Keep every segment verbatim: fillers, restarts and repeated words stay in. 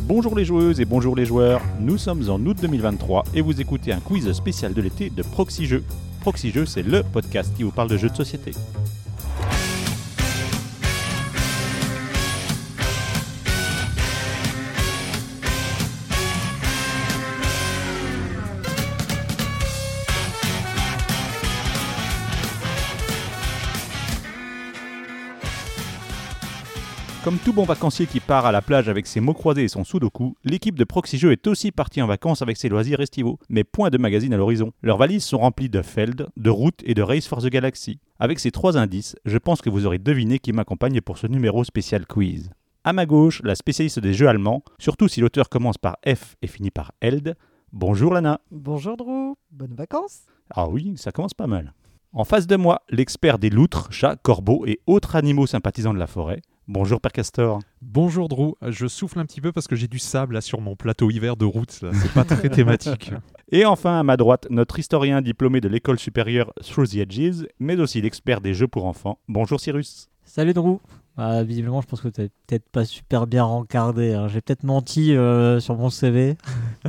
Bonjour les joueuses et bonjour les joueurs, nous sommes en août deux mille vingt-trois et vous écoutez un quiz spécial de l'été de Proxy Jeux. Proxy Jeux, c'est le podcast qui vous parle de jeux de société. Comme tout bon vacancier qui part à la plage avec ses mots croisés et son sudoku, l'équipe de Proxy Jeux est aussi partie en vacances avec ses loisirs estivaux, mais point de magazine à l'horizon. Leurs valises sont remplies de Feld, de Route et de Race for the Galaxy. Avec ces trois indices, je pense que vous aurez deviné qui m'accompagne pour ce numéro spécial quiz. À ma gauche, la spécialiste des jeux allemands, surtout si l'auteur commence par F et finit par Held. Bonjour Lana. Bonjour Drew, bonnes vacances. Ah oui, ça commence pas mal. En face de moi, l'expert des loutres, chats, corbeaux et autres animaux sympathisants de la forêt. Bonjour Père Castor. Bonjour Drew, je souffle un petit peu parce que j'ai du sable là sur mon plateau hiver de route, là. C'est pas très thématique. Et enfin à ma droite, notre historien diplômé de l'école supérieure Through the Edges, mais aussi l'expert des jeux pour enfants. Bonjour Cyrus. Salut Drew. Ah, visiblement je pense que tu n'es peut-être pas super bien rencardé, hein. J'ai peut-être menti euh, sur mon C V.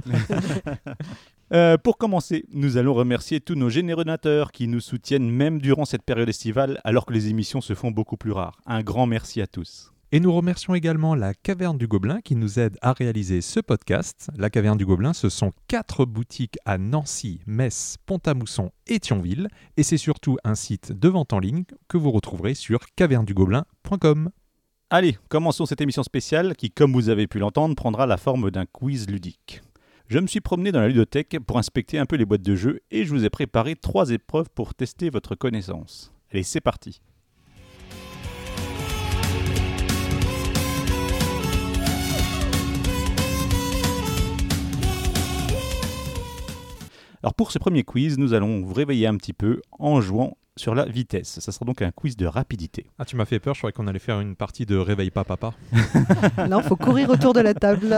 Euh, pour commencer, nous allons remercier tous nos généreux donateurs qui nous soutiennent même durant cette période estivale alors que les émissions se font beaucoup plus rares. Un grand merci à tous. Et nous remercions également la Caverne du Gobelin qui nous aide à réaliser ce podcast. La Caverne du Gobelin, ce sont quatre boutiques à Nancy, Metz, Pont-à-Mousson et Thionville. Et c'est surtout un site de vente en ligne que vous retrouverez sur caverne du gobelin point com. Allez, commençons cette émission spéciale qui, comme vous avez pu l'entendre, prendra la forme d'un quiz ludique. Je me suis promené dans la ludothèque pour inspecter un peu les boîtes de jeux et je vous ai préparé trois épreuves pour tester votre connaissance. Allez, c'est parti. Alors pour ce premier quiz, nous allons vous réveiller un petit peu en jouant sur la vitesse. Ça sera donc un quiz de rapidité. Ah, tu m'as fait peur, je croyais qu'on allait faire une partie de Réveille pas papa. Non, faut courir autour de la table.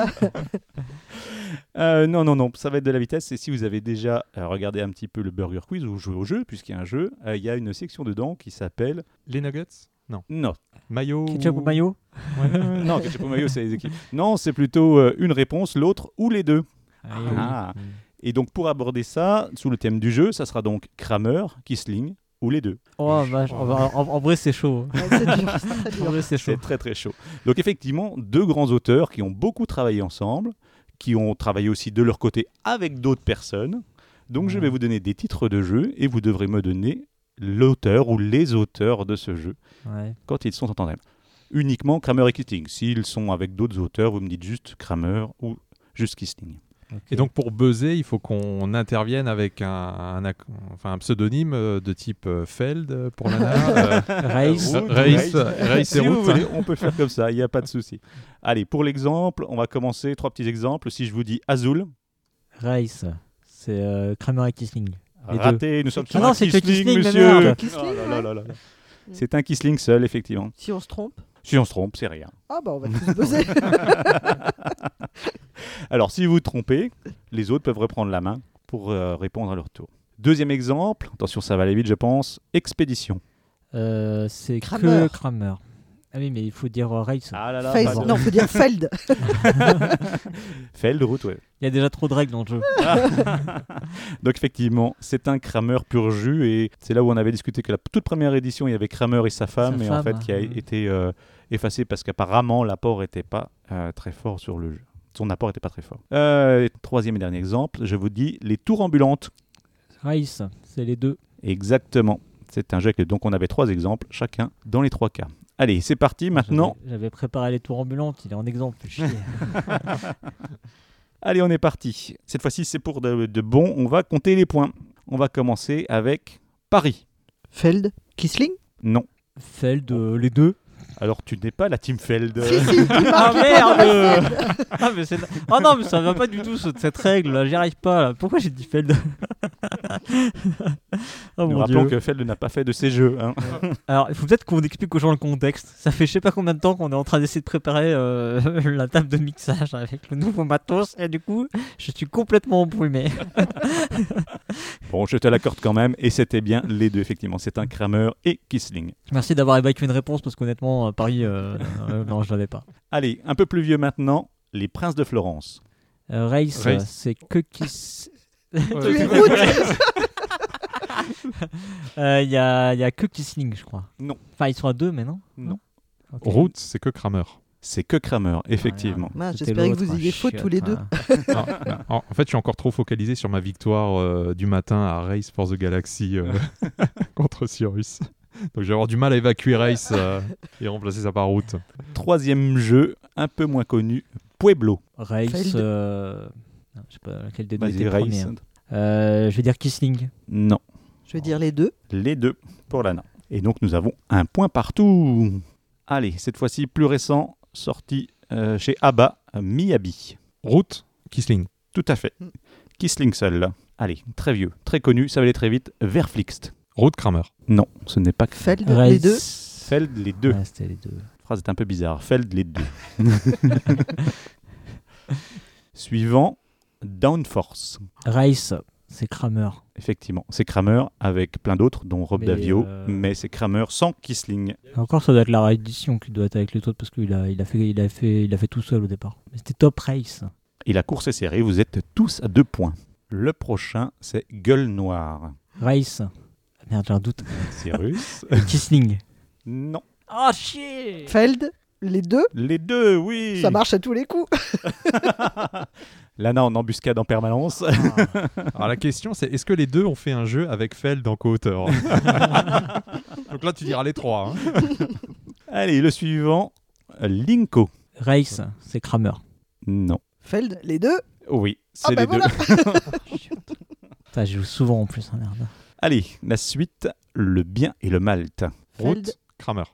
Euh, non, non, non, ça va être de la vitesse. Et si vous avez déjà euh, regardé un petit peu le Burger Quiz ou joué au jeu, puisqu'il y a un jeu, euh, il y a une section dedans qui s'appelle... Les nuggets ? Non. Non. Mayo Ketchup ou mayo ? Euh, non, ketchup ou mayo, c'est les équipes. Non, c'est plutôt euh, une réponse, l'autre ou les deux. Ah, Ah. Et donc pour aborder ça, sous le thème du jeu, ça sera donc Kramer, Kissling ou les deux. Oh, vache, en, en- en vrai c'est chaud. Ouais, c'est dur, c'est très En dur. vrai c'est chaud. C'est très très chaud. Donc effectivement, deux grands auteurs qui ont beaucoup travaillé ensemble, qui ont travaillé aussi de leur côté avec d'autres personnes. Donc je vais vous donner des titres de jeux et vous devrez me donner l'auteur ou les auteurs de ce jeu Ouais. quand ils sont en tandem. Uniquement Kramer et Kissling. S'ils sont avec d'autres auteurs, vous me dites juste Kramer ou juste Kissling. Et donc pour buzzer, il faut qu'on intervienne avec un, un, ac- enfin, un pseudonyme euh, de type euh, Feld euh, pour Lana. euh, Race. Route, Race, Race Si et vous Route. voulez, on peut faire comme ça, il n'y a pas de souci. Allez, pour l'exemple, on va commencer. Trois petits exemples. Si je vous dis Azul, Race. C'est euh, Kramer et Kissling. Les deux. raté, nous sommes Ah sur non, un c'est que Kissling, Kissling, mais monsieur. merde. Kissling, Oh là là ouais. là là là. C'est un Kissling seul, effectivement. Si on se trompe, Si on se trompe, c'est rien. ah bah on va tous buzzer. Alors, si vous vous trompez, les autres peuvent reprendre la main pour euh, répondre à leur tour. Deuxième exemple, attention, ça va aller vite, je pense. Expédition. Euh, c'est Kramer. que Kramer. Ah oui, mais il faut dire euh, Race. Ah là là, Face- pardon. non, faut dire Feld. Feld, route, ouais. Il y a déjà trop de règles dans le jeu. Donc effectivement, c'est un Kramer pur jus et c'est là où on avait discuté que la toute première édition, il y avait Kramer et sa femme, Sa et en femme, fait qui a hein. été euh, effacé parce qu'apparemment l'apport n'était pas euh, très fort sur le jeu. Son apport n'était pas très fort. Euh, troisième et dernier exemple, je vous dis les tours ambulantes. Race, c'est les deux. Exactement. C'est un jeu que donc on avait trois exemples, chacun dans les trois cas. Allez, c'est parti maintenant. J'avais, j'avais préparé les tours ambulantes, il est en exemple. fais chier. Allez, on est parti. Cette fois-ci, c'est pour de, de bon. On va compter les points. On va commencer avec Paris. Feld, Kissling. Non. Feld, euh, les deux. Alors, tu n'es pas la Team Feld. Si, si, il marque Ah les points dans la merde ah, mais c'est... ah non, mais ça va pas du tout ce- cette règle là, j'y arrive pas là. Pourquoi j'ai dit Feld? Oh Nous mon rappelons dieu. que Feld n'a pas fait de ces jeux. Hein. Alors il faut peut-être qu'on explique aux gens le contexte. Ça fait je sais pas combien de temps qu'on est en train d'essayer de préparer euh, la table de mixage avec le nouveau matos et du coup je suis complètement embrumé. Bon, je te l'accorde quand même. Et c'était bien les deux, effectivement. C'est un Kramer et Kissling. Merci d'avoir évacué une réponse parce qu'honnêtement, à Paris, euh, euh, non, je l'avais pas. Allez, un peu plus vieux maintenant. Les Princes de Florence. Euh, Race, Race. c'est que qui. s- Tu es route. Euh, Il y, a, il y a que Kissling, je crois. Non. Enfin, ils sont à deux, mais non. Non. Ok. Route, c'est que Kramer. C'est que Kramer, effectivement. Mince, C'était J'espérais que l'autre, vous un ayez faux tous les deux. chiotte, Non, en, en fait, je suis encore trop focalisé sur ma victoire euh, du matin à Race for the Galaxy euh, contre Cyrus. Donc je vais avoir du mal à évacuer Race euh, et remplacer ça par Route. Troisième jeu, un peu moins connu, Pueblo. Race. Feld. euh, non, je sais pas laquelle des deux Vas-y, était Race. premier. hein. Euh, je vais dire Kissling. Non, Je vais dire les deux. les deux pour Lana. Et donc nous avons un point partout. Allez, cette fois-ci plus récent, sorti euh, chez Abba, Miyabi. Route, Kissling. Tout à fait. Kissling seul. là. Allez, très vieux, très connu, ça va aller très vite. Verflixt. Route, Kramer. Non, ce n'est pas Feld, Race. les deux. Feld, les deux. Ouais, c'était les deux. La phrase est un peu bizarre. Feld, les deux. Suivant, Downforce. Race, c'est Kramer. Effectivement, c'est Kramer avec plein d'autres, dont Rob Mais, Davio, euh, mais c'est Kramer sans Kissling. Encore, ça doit être la réédition qui doit être avec les autres parce qu'il a, il a, fait, il a, fait, il a fait tout seul au départ. Mais c'était Top Race. Et la course est serrée, vous êtes tous à deux points. Le prochain, c'est Gueule Noire. Race. Ah, merde, j'ai un doute. Cyrus. Kissling. Non. Oh, chier. Feld, les deux. Les deux, oui. Ça marche à tous les coups. Lana en embuscade en permanence. Alors la question c'est, est-ce que les deux ont fait un jeu avec Feld en co-auteur? Donc là tu diras les trois. hein. Allez, le suivant, Linko. Race, c'est Kramer. Non. Feld, les deux. Oui, c'est Ah bah les voilà. deux. Putain, je joue souvent en plus, hein, merde. Allez, la suite, le bien et le Malte. Route, Feld. Kramer.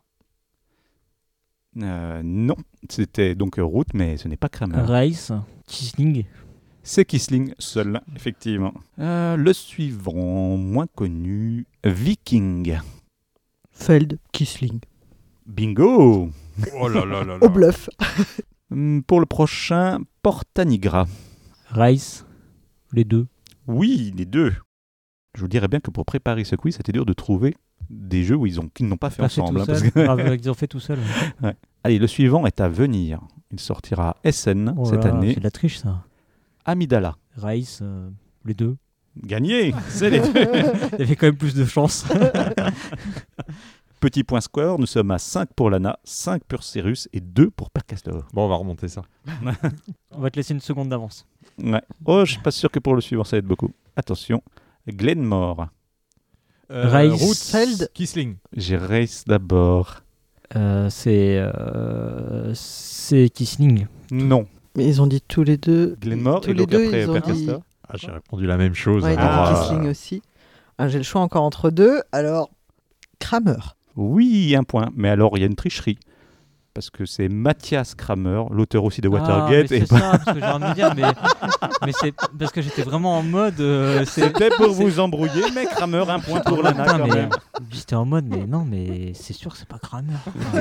Euh, non, c'était donc Route, mais ce n'est pas Kramer. Race, Kissling. C'est Kissling seul, effectivement. Euh, le suivant, moins connu, Viking. Feld, Kissling. Bingo. Oh là là là là. Au bluff. Hum, Pour le prochain, Porta Nigra. Race, les deux. Oui, les deux. Je vous dirais bien que pour préparer ce quiz, c'était dur de trouver des jeux où ils ont, qu'ils n'ont pas fait Pas fait ensemble. tout hein, parce seul. que- Ah, ils ont fait tout seul. ouais. Allez, le suivant est à venir. Il sortira à Essen Oh cette là, année. C'est de la triche, ça. Amidala. Race, euh, les deux. Gagné. C'est les deux. Il y avait quand même plus de chance. Petit point score, nous sommes à cinq pour Lana, cinq pour Cyrus et deux pour Percastor. Bon on va remonter ça. On va te laisser une seconde d'avance. Ouais. Oh, je suis pas sûr que pour le suivant ça va être beaucoup. Attention, Glenmore. Race. Route, Feld. Kissling. J'ai Race d'abord. Euh, c'est euh, c'est Kissling. Non. Mais ils ont dit tous les deux. Glenmore tous et les donc deux, après ils ont dit. Percastor. Ah, j'ai répondu la même chose. Ouais, ils ont alors, dit euh, Kissling aussi. Ah, j'ai le choix encore entre deux. Alors, Kramer. Oui, un point. Mais alors, il y a une tricherie. Parce que c'est Mathias Kramer, l'auteur aussi de Watergate. Ah, mais et c'est ça, parce que j'ai envie de me dire, mais, mais c'est parce que j'étais vraiment en mode. euh, c'est- C'était pour vous embrouiller, mais Kramer, un point pour Lana Putain, quand mais même. J'étais en mode, mais non, mais c'est sûr que c'est pas Kramer.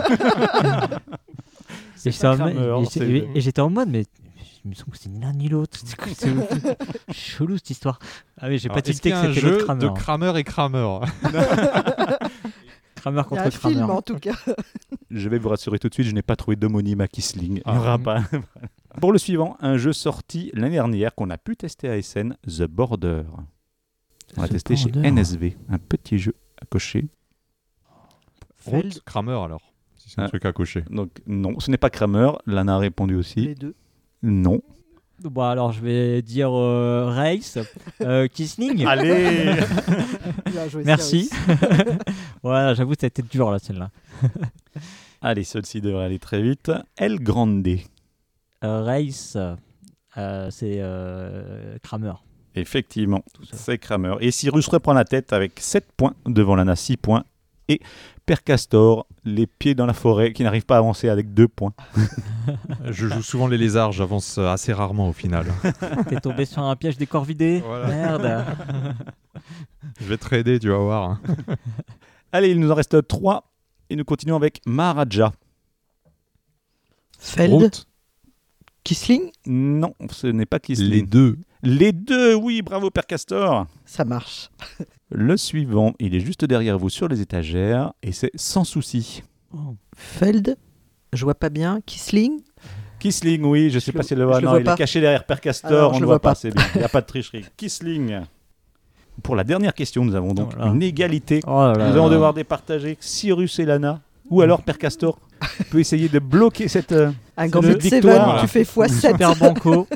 C'est Et j'étais en pas mode- Kramer, et c'est- j'étais- et j'étais en mode, mais il me semble que c'est ni l'un ni l'autre. C'est quoi, c'est chelou cette histoire. Ah oui, j'ai alors, pas est-ce tilté qu'il y que a un c'était l'autre jeu Kramer. de Kramer et Kramer? Kramer Il y a contre un Kramer. film en tout cas. Je vais vous rassurer tout de suite, je n'ai pas trouvé d'homonyme à Kissling. Il n'y Ah. aura pas. Pour le suivant, un jeu sorti l'année dernière qu'on a pu tester à Essen, The Border. On l'a The testé chez Border. N S V, un petit jeu à cocher. Feld. Route, Kramer alors. Si c'est un Ah. truc à cocher. Donc non, ce n'est pas Kramer, Lana a répondu aussi. Les deux. Non. Bon, alors je vais dire euh, Race, euh, Kissling. Allez. Bien joué, Merci. Cyrus. Voilà, j'avoue, ça a été dur là, celle-là. Allez, celle-ci devrait aller très vite. El Grande. Euh, Race, euh, c'est euh, Kramer. Effectivement, Tout seul. c'est Kramer. Et Cyrus reprend la tête avec sept points devant Lana, six points. Et Percastor, les pieds dans la forêt, qui n'arrive pas à avancer avec deux points. Je joue souvent les lézards, j'avance euh, assez rarement au final. T'es tombé sur un piège des corps vidés. Voilà. Merde. Je vais te aider, tu vas voir. hein. Allez, il nous en reste trois. Et nous continuons avec Maharaja. Feld. Route, Kissling. Non, ce n'est pas Kissling. les deux. Les deux, oui, bravo Père Castor. Ça marche. Le suivant, il est juste derrière vous sur les étagères et c'est Sans souci. Feld. Je vois pas bien. Kissling. Kissling, oui, je sais Je pas le- si le je voit. le Non, vois il pas. est caché derrière Père Castor, Alors, on je ne le le voit vois pas, pas. c'est bien. Il n'y a pas de tricherie. Kissling. Pour la dernière question, nous avons donc Voilà. une égalité. Oh là là. Nous allons devoir départager Cyrus et Lana. Ou alors Père Castor peut essayer de bloquer cette. euh, Un gambit le de victoire. Seven, Voilà. tu fais fois sept. Super banco.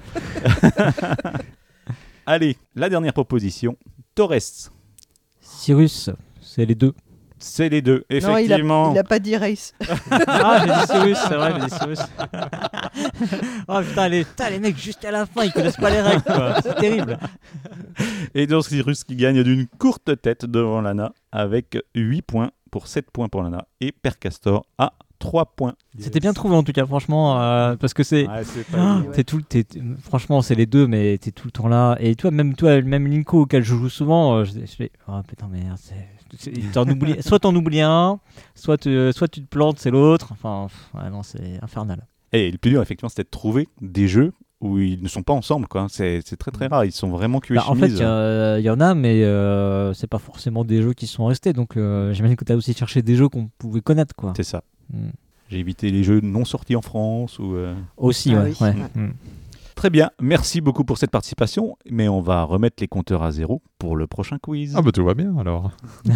Allez, la dernière proposition. Torres. Cyrus, c'est les deux. C'est les deux, Non, il a, effectivement. il a pas dit race. Ah, j'ai dit Cyrus, c'est vrai, j'ai dit Cyrus. Oh putain les, putain, les mecs, jusqu'à la fin, ils connaissent pas les règles, quoi. C'est terrible. Et donc Cyrus qui gagne d'une courte tête devant Lana avec huit points pour sept points pour Lana. Et Père Castor a trois points. C'était bien trouvé en tout cas, franchement, euh, parce que c'est. Ouais, c'est Ah, pas évident. t'es tout, t'es- t'es- franchement, c'est les deux, mais t'es tout le temps là. Et toi, même toi, même Linko auquel je joue souvent, euh, je, je fais, oh putain merde, c'est, c'est- t'en oublies- soit t'en oublies un, soit, te- soit tu te plantes, c'est l'autre. Enfin, pff, ouais, non, c'est infernal. Et le plus dur, effectivement, c'était de trouver des jeux où ils ne sont pas ensemble, quoi. C'est, c'est très très rare. Ils sont vraiment cuits Bah, en fait, il y, a- il y en a, mais euh, c'est pas forcément des jeux qui sont restés. Donc, euh, j'imagine que t'as aussi cherché des jeux qu'on pouvait connaître, quoi. C'est ça. Mm. J'ai évité les jeux non sortis en France. Ou, euh, Aussi, Ah ouais. oui. ouais. Ouais. Mm. Très bien. Merci beaucoup pour cette participation. Mais on va remettre les compteurs à zéro pour le prochain quiz. Ah bah tout va bien alors.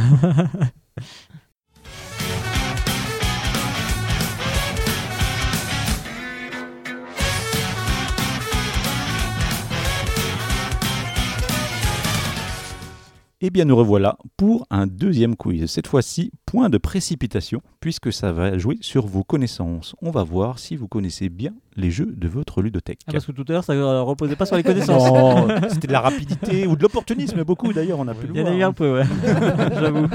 Eh bien, nous revoilà pour un deuxième quiz. Cette fois-ci, point de précipitation, puisque ça va jouer sur vos connaissances. On va voir si vous connaissez bien les jeux de votre ludothèque. Ah, parce que tout à l'heure, ça euh, reposait pas sur les connaissances. Non, c'était de la rapidité ou de l'opportunisme, beaucoup d'ailleurs, on a pu le Il y en a voir. eu un peu, ouais. J'avoue.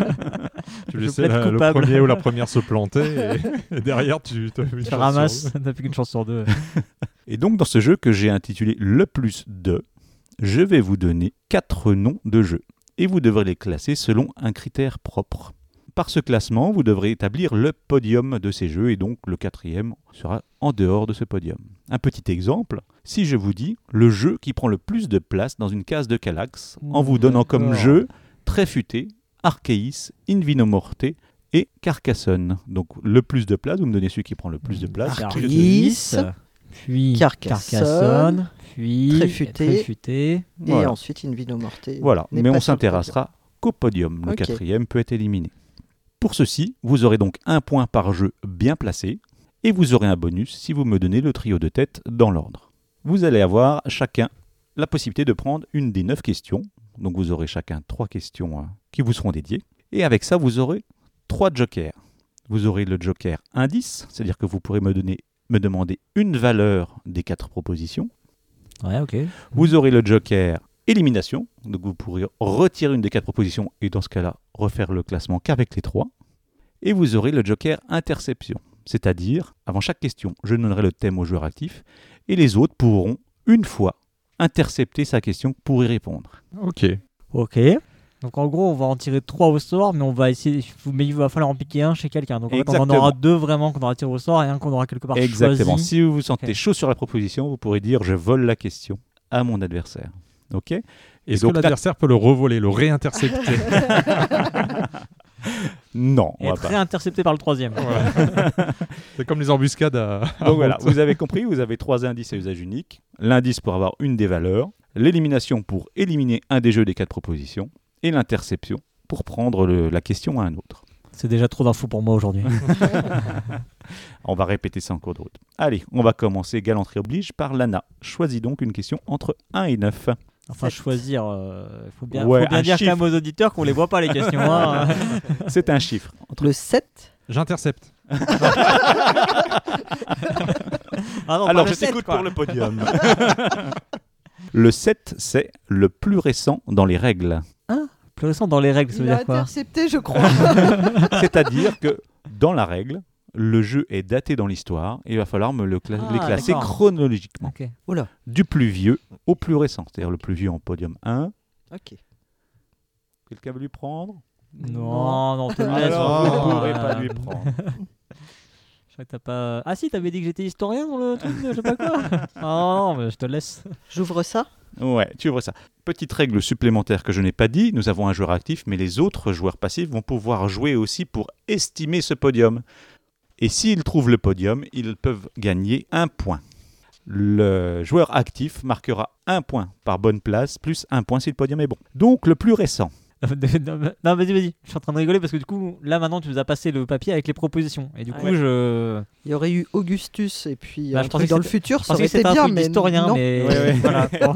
Tu Je laissais plaide la- le coupable. premier ou la première se planter et, et derrière tu te Tu ramasses, t'as plus qu'une chance sur deux. Et donc, dans ce jeu que j'ai intitulé Le plus de, je vais vous donner quatre noms de jeux. Et vous devrez les classer selon un critère propre. Par ce classement, vous devrez établir le podium de ces jeux et donc le quatrième sera en dehors de ce podium. Un petit exemple, si je vous dis le jeu qui prend le plus de place dans une case de Kallax, en vous donnant comme D'accord. jeu Tréfuté, Arceis, Invino Morte et Carcassonne. Donc le plus de place, vous me donnez celui qui prend le plus de place. Arceis, puis Carcassonne, Carcassonne, puis Tréfuté. Tréfuté. Et Voilà. ensuite, Invino Morte. Voilà, n'est mais pas on sur le s'intéressera qu'au podium. Le Ok. quatrième peut être éliminé. Pour ceci, vous aurez donc un point par jeu bien placé et vous aurez un bonus si vous me donnez le trio de tête dans l'ordre. Vous allez avoir chacun la possibilité de prendre une des neuf questions. Donc vous aurez chacun trois questions euh, qui vous seront dédiées. Et avec ça, vous aurez trois jokers. Vous aurez le joker indice, c'est-à-dire que vous pourrez me, donner, me demander une valeur des quatre propositions. Ouais, ok. Vous aurez le joker élimination, donc vous pourrez retirer une des quatre propositions et dans ce cas-là, refaire le classement qu'avec les trois. Et vous aurez le joker interception, c'est-à-dire, avant chaque question, je donnerai le thème au joueur actif et les autres pourront, une fois, intercepter sa question pour y répondre. Ok. Ok. Donc en gros, on va en tirer trois au sort, mais on va essayer. Mais il va falloir en piquer un chez quelqu'un. Donc en fait, on en Exactement. aura deux vraiment qu'on aura tiré au sort et un qu'on aura quelque part Exactement. choisi. Si vous vous sentez Ok. chaud sur la proposition, vous pourrez dire je vole la question à mon adversaire. Ok. Et Est-ce donc que l'adversaire peut le revoler, le réintercepter? non, on Et va être pas. réintercepté par le troisième. C'est comme les embuscades à. à Donc voilà, Malte. vous avez compris, vous avez trois indices à usage unique. L'indice pour avoir une des valeurs, l'élimination pour éliminer un des jeux des quatre propositions, et l'interception pour prendre le- la question à un autre. C'est déjà trop d'infos pour moi aujourd'hui. On va répéter ça en cours de route. Allez, on va commencer, galanterie oblige, par Lana. Choisis donc une question entre un et neuf. Enfin, Sept. choisir. Il faut bien, Ouais, faut bien un dire chiffre. quand même aux auditeurs qu'on les voit pas les questions. hein. C'est un chiffre. Le sept. J'intercepte. Ah non, pas Alors, le je sept, t'écoute quoi. pour le podium. Le sept, c'est le plus récent dans les règles. Plus récent dans les règles, ça veut Il a dire quoi? intercepté, je crois. C'est-à-dire que dans la règle, le jeu est daté dans l'histoire et il va falloir me le cla- Ah, les classer d'accord. chronologiquement. Ok. Oula. Du plus vieux au plus récent. C'est-à-dire le plus vieux en podium un. Ok. Quelqu'un veut lui prendre? Non, non, te le laisse. Alors, vous hein. ne pourrez pas lui prendre. Je crois que t'as pas. Ah si, t'avais dit que j'étais historien dans le truc, de je sais pas quoi. Ah non, mais je te laisse. J'ouvre ça. Ouais, tu ouvres ça. Petite règle supplémentaire que je n'ai pas dit, nous avons un joueur actif, mais les autres joueurs passifs vont pouvoir jouer aussi pour estimer ce podium. Et s'ils trouvent le podium, ils peuvent gagner un point. Le joueur actif marquera un point par bonne place, plus un point si le podium est bon. Donc le plus récent. Non, vas-y, vas-y. Je suis en train de rigoler parce que du coup, là maintenant, tu nous as passé le papier avec les propositions. Et du coup, Ouais. je. Il y aurait eu Augustus et puis Bah, un je truc pensais dans que le futur, Je ça pensais aurait que c'était été un bien, truc mais d'historien, non. mais. Ouais, ouais. Voilà. Bon.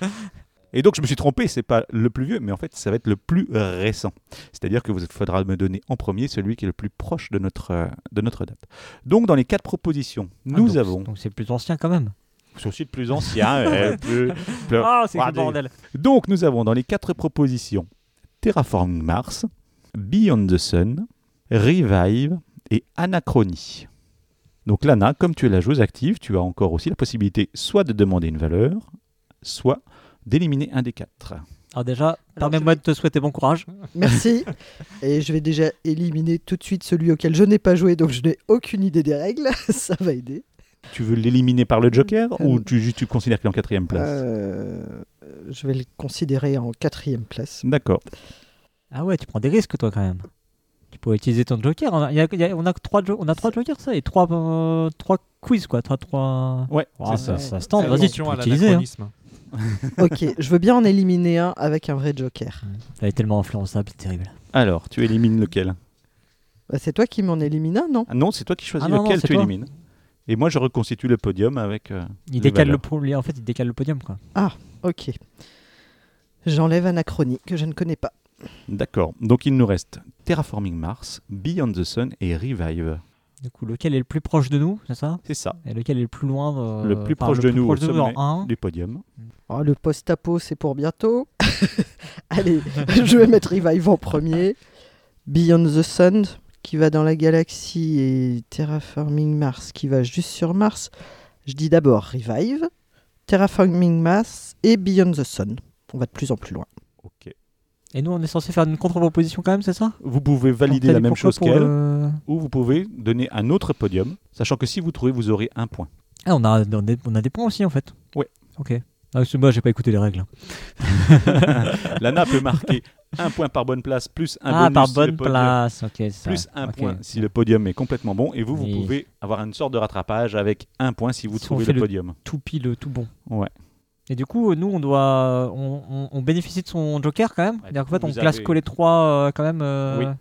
Et donc je me suis trompé, c'est pas le plus vieux, mais en fait ça va être le plus récent. C'est-à-dire que vous faudra me donner en premier celui qui est le plus proche de notre, euh, de notre date. Donc dans les quatre propositions, nous Ah, donc, avons... Donc c'est plus ancien quand même. C'est aussi le plus ancien. euh, plus- plus- Ah, c'est Regardez. le bordel. Donc nous avons dans les quatre propositions Terraforming Mars, Beyond the Sun, Revive et Anachronie. Donc Lana, comme tu es la joueuse active, tu as encore aussi la possibilité soit de demander une valeur, soit d'éliminer un des quatre. Alors déjà, Alors, permets-moi je de te souhaiter bon courage. Merci. Et je vais déjà éliminer tout de suite celui auquel je n'ai pas joué, donc je n'ai aucune idée des règles. Ça va aider. Tu veux l'éliminer par le Joker Euh, ou tu, juste tu considères qu'il est en quatrième place? Euh, je vais le considérer en quatrième place. D'accord. Ah ouais, tu prends des risques toi quand même. Tu pourrais utiliser ton joker. On a, il y a- il y a- on a que trois, jo- on a trois jokers ça et trois, euh, trois quiz quoi. Trois, trois... Ouais, Ah, c'est ça, ça. ça se tente. Vas-y, tu Attention peux à utiliser. Hein. l'anachronisme. Ok, je veux bien en éliminer un avec un vrai joker. Elle est tellement influençable, c'est terrible. Alors, tu élimines lequel? Bah, c'est toi qui m'en élimines un, non? Ah non, c'est toi qui choisis Ah non, non, lequel c'est tu toi. élimines. Et moi, je reconstitue le podium avec... euh, Il les décale le valeurs. po- en fait, il décale le podium quoi. Ok. J'enlève Anachronie, que je ne connais pas. D'accord. Donc, il nous reste Terraforming Mars, Beyond the Sun et Revive. Du coup, lequel est le plus proche de nous, c'est ça? C'est ça, Et lequel est le plus loin de... Le plus enfin, proche de nous au de nous sommet. en un. du podium. Oh, le post-apo, c'est pour bientôt. Allez, je vais mettre Revive en premier. Beyond the Sun, qui va dans la galaxie, et Terraforming Mars, qui va juste sur Mars. Je dis d'abord Revive, Terraforming Mars et Beyond the Sun. On va de plus en plus loin. Ok. Et nous, on est censé faire une contre-proposition quand même, c'est ça? Vous pouvez valider Alors, la t'as dit même pourquoi chose pour, qu'elle, euh, ou vous pouvez donner un autre podium, sachant que si vous trouvez, vous aurez un point. Ah, on a, on a- on a des points aussi en fait. Ouais. Ok. Ah, c'est moi, j'ai pas écouté les règles. Lana peut marquer un point par bonne place, plus un ah, bonus par si bonne le podium, place. Ok, c'est ça. plus un Ok. point si le podium est complètement bon, et vous, vous Oui. pouvez avoir une sorte de rattrapage avec un point si vous Si on trouvez fait le le- podium. Tout pile, tout bon. Ouais. Et du coup, nous, on doit, on, on- on bénéficie de son joker quand même. Ouais, C'est-à-dire du qu'en fait, coup, on vous classe avez- que les trois euh, quand même. euh, Oui.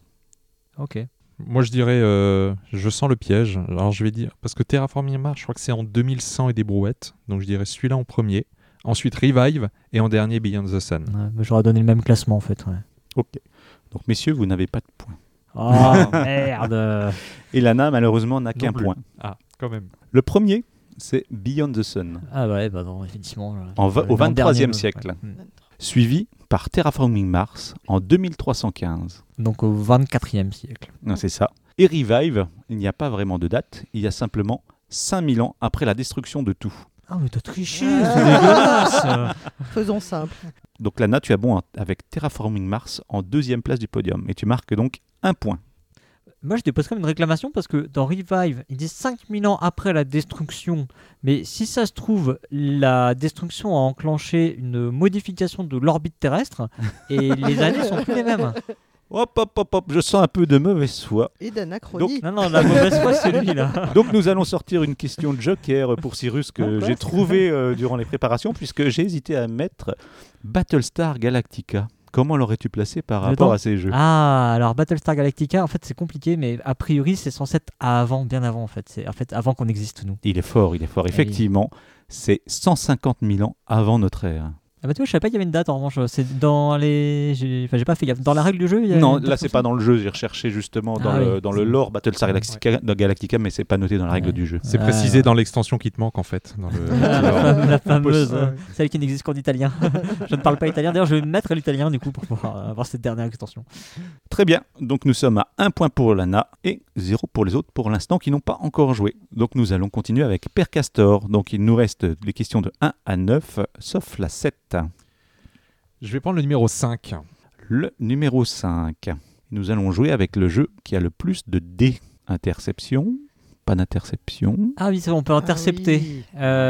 Ok. Moi, je dirais, euh, je sens le piège. Alors, je vais dire, parce que Terraforming Mars, je crois que c'est en deux mille cent et des brouettes. Donc, je dirais celui-là en premier. Ensuite, Revive. Et en dernier, Beyond the Sun. Ouais, mais j'aurais donné le même classement en fait. Ouais. Ok. Donc, messieurs, vous n'avez pas de points. Oh merde. Et Lana, malheureusement, n'a Non qu'un plus. point. Ah, quand même. Le premier, c'est Beyond the Sun, Ah ouais, bah non, effectivement. je- En va- euh, au l'an vingt-troisième dernier, siècle. ouais. Mm. suivi par Terraforming Mars en deux mille trois cent quinze. Donc au vingt-quatrième siècle. Non, c'est ça. Et Revive, il n'y a pas vraiment de date, il y a simplement cinq mille ans après la destruction de tout. Ah mais t'as triché, Ah. c'est dégueulasse. Faisons simple. Donc Lana, tu as bon avec Terraforming Mars en deuxième place du podium. Et tu marques donc un point. Moi je dépose quand même une réclamation parce que dans Revive, ils disent cinq mille ans après la destruction. Mais si ça se trouve, la destruction a enclenché une modification de l'orbite terrestre et les années sont plus les mêmes. Hop, hop, hop, hop, je sens un peu de mauvaise foi. Et d'anachronie. Non, non, la mauvaise foi c'est lui là. Donc nous allons sortir une question de joker pour Cyrus que Ah, j'ai presque. trouvée euh, durant les préparations, puisque j'ai hésité à mettre Battlestar Galactica. Comment l'aurais-tu placé par rapport Dedans à ces jeux? Ah, alors Battlestar Galactica, en fait c'est compliqué, mais a priori c'est censé être avant, bien avant en fait. C'est en fait avant qu'on existe nous. Il est fort, il est fort. oui. Effectivement, c'est cent cinquante mille ans avant notre ère. Ah bah tu vois, je savais pas qu'il y avait une date en revanche. C'est dans les. J'ai... Enfin, j'ai pas fait gaffe. Dans la règle du jeu, il y a Non, une date là c'est comme pas ça dans le jeu, j'ai recherché justement dans, Ah le, oui. dans le lore Battlestar Galactica, dans Galactica, mais c'est pas noté dans la règle Ouais. du jeu. C'est Ah, précisé ouais. dans l'extension qui te manque, en fait. Dans le... Ah, la, fame- la fameuse, Ouais. euh, celle qui n'existe qu'en italien. Je ne parle pas italien. D'ailleurs, je vais mettre l'italien du coup pour pouvoir avoir cette dernière extension. Très bien, donc nous sommes à un point pour Lana et zéro pour les autres pour l'instant qui n'ont pas encore joué. Donc nous allons continuer avec Père Castor. Donc il nous reste les questions de un à neuf, sauf la sept. Je vais prendre le numéro cinq. Le numéro cinq. Nous allons jouer avec le jeu qui a le plus de dés. Interception, pas d'interception. Ah oui, c'est bon, on peut intercepter. Ah oui.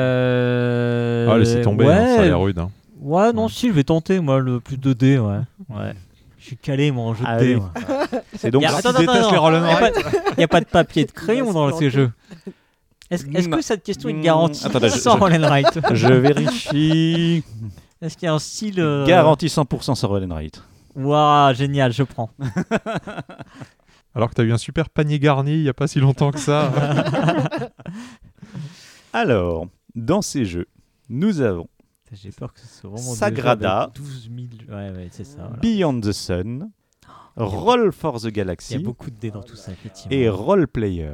Euh... Ah, laissez tomber, ouais. hein, ça a l'air rude. hein. Ouais, non, Ouais. si, je vais tenter, moi, le plus de dés, ouais. Ouais. Je suis calé, moi, en jeu de Allez. dés. moi. C'est donc Y a- Alors, attends, tu détestes attends, les roll and Il n'y a, write. pas- y a pas de papier de crayon va se dans ces planter. jeux. Est-ce, est-ce Non. que cette question est Mm, garantie attendez, je- sans je- roll and write? Je vérifie. Est-ce qu'il y a un style euh, Garantie cent pour cent sur Roll and Write. Waouh, génial, je prends. Alors que tu as eu un super panier garni il n'y a pas si longtemps que ça. Alors, dans ces jeux, nous avons J'ai peur que ce soit vraiment des Sagrada. jeux avec douze mille. Ouais, ouais, c'est ça. Voilà. Beyond the Sun, Roll for the Il y a Galaxy beaucoup de dés dans tout ça, effectivement. et Roll Player.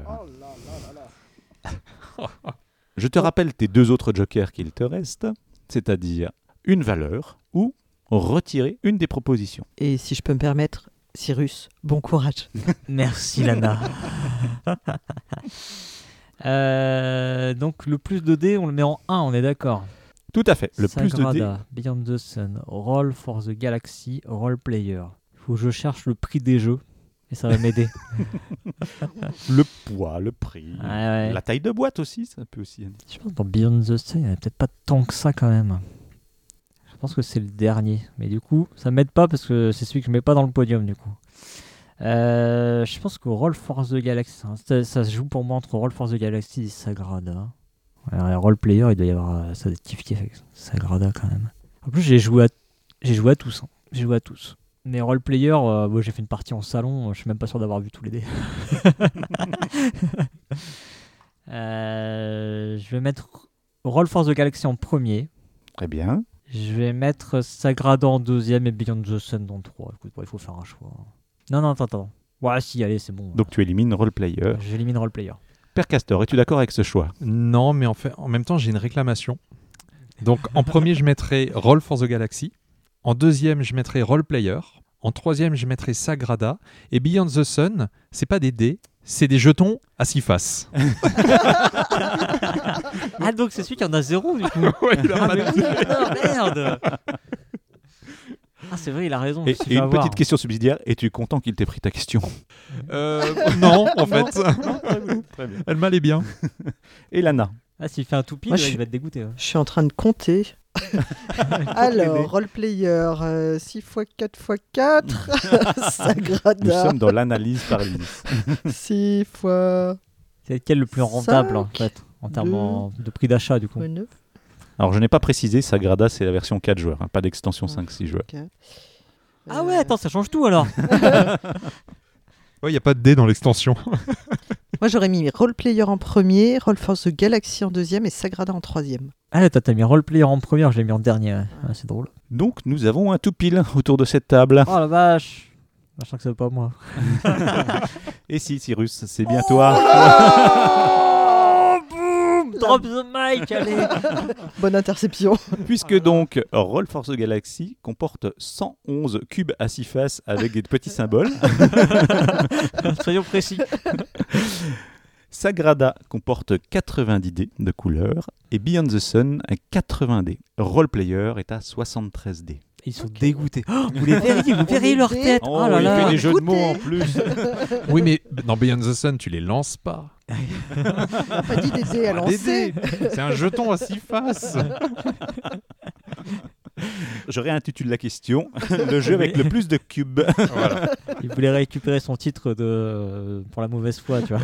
Je te rappelle tes deux autres jokers qu'il te reste, c'est-à-dire une valeur ou retirer une des propositions. Et si je peux me permettre, Cyrus, bon courage. Merci, Lana. Euh, donc, le plus de dés, on le met en un, on est d'accord. Tout à fait. Le plus de dés. Sagrada, Beyond the Sun, Roll for the Galaxy, Roll Player. Il faut que je cherche le prix des jeux et ça va m'aider. Le poids, le prix, Ouais, ouais. la taille de boîte aussi, ça peut aussi. Je pense que dans Beyond the Sun, il n'y en a peut-être pas tant que ça quand même. Je pense que c'est le dernier. Mais du coup, ça m'aide pas parce que c'est celui que je mets pas dans le podium du coup. Euh, je pense que Roll for the Galaxy, hein, ça, ça se joue pour moi entre Roll for the Galaxy et Sagrada. Ouais, Roll Player, il doit y avoir euh, ça doit être kiff-kiff avec Sagrada quand même. En plus, j'ai joué à, j'ai joué à tous. Hein. J'ai joué à tous. Mais Roll Player, euh, bon, j'ai fait une partie en salon, je suis même pas sûr d'avoir vu tous les dés. euh, je vais mettre Roll for the Galaxy en premier. Très bien. Je vais mettre Sagrada en deuxième et Beyond the Sun en trois. Écoute, bon, il faut faire un choix. Non, non, attends, attends. Ouais, si, allez, c'est bon. Donc tu élimines Roll Player. J'élimine Roll Player. Père Castor, es-tu d'accord avec ce choix? Non, mais en, fait, en même temps, j'ai une réclamation. Donc, en premier, je mettrai Roll for the Galaxy. En deuxième, je mettrai Roll Player. En troisième, je mettrai Sagrada. Et Beyond the Sun, c'est pas des dés, c'est des jetons à six faces. Ah, donc c'est celui qui en a zéro du coup. Ouais, il a Ah, pas mais de- oui, non, merde. Ah, c'est vrai, il a raison. Et, je me suis et fait une avoir. petite question subsidiaire, es-tu content qu'il t'ait pris ta question? Euh, non, en fait. Très bien. Elle m'allait bien. Et Lana? Ah, s'il fait un tout pile, Moi, ouais, je il suis- va te dégoûter. Ouais. Je suis en train de compter. Alors, role player, euh, six fois quatre fois quatre, Nous Sagrada, sommes dans l'analyse par Lys. six fois C'est lequel le plus rentable en Cinq, fait, en termes deux, en- de prix d'achat du coup. neuf. Alors je n'ai pas précisé, Sagrada c'est la version quatre joueurs, hein, pas d'extension cinq six joueurs. Ah ouais, attends, ça change tout alors. Ouais, il n'y a pas de dés dans l'extension. Moi, j'aurais mis role player en premier, Roll for the Galaxy en deuxième et Sagrada en troisième. Ah, toi, t'as mis Roll Player en première, je l'ai mis en dernier. Ouais. Ah, c'est drôle. Donc nous avons un tout pile autour de cette table. Oh la vache. Je sens que c'est pas moi. Et si Cyrus, c'est bien toi. Oh, boum, drop the mic, allez. Bonne interception. Puisque donc Roll for the Galaxy comporte cent onze cubes à six faces avec des petits symboles. Soyons précis. Sagrada comporte quatre-vingt-dix dés de couleur et Beyond the Sun a quatre-vingts dés. Roll Player est à soixante-treize dés. Ils sont dégoûtés. Oh, vous les verriez, vous verriez leur dés. tête. Oh, là il là. fait des jeux de mots en Écoutez. plus. Oui, mais dans Beyond the Sun, tu les lances pas. On n'a pas dit des dés à Des lancer. dés. C'est un jeton à six faces. Je réintitule la question. Le jeu avec le plus de cubes. Voilà. Il voulait récupérer son titre de... pour la mauvaise foi, tu vois.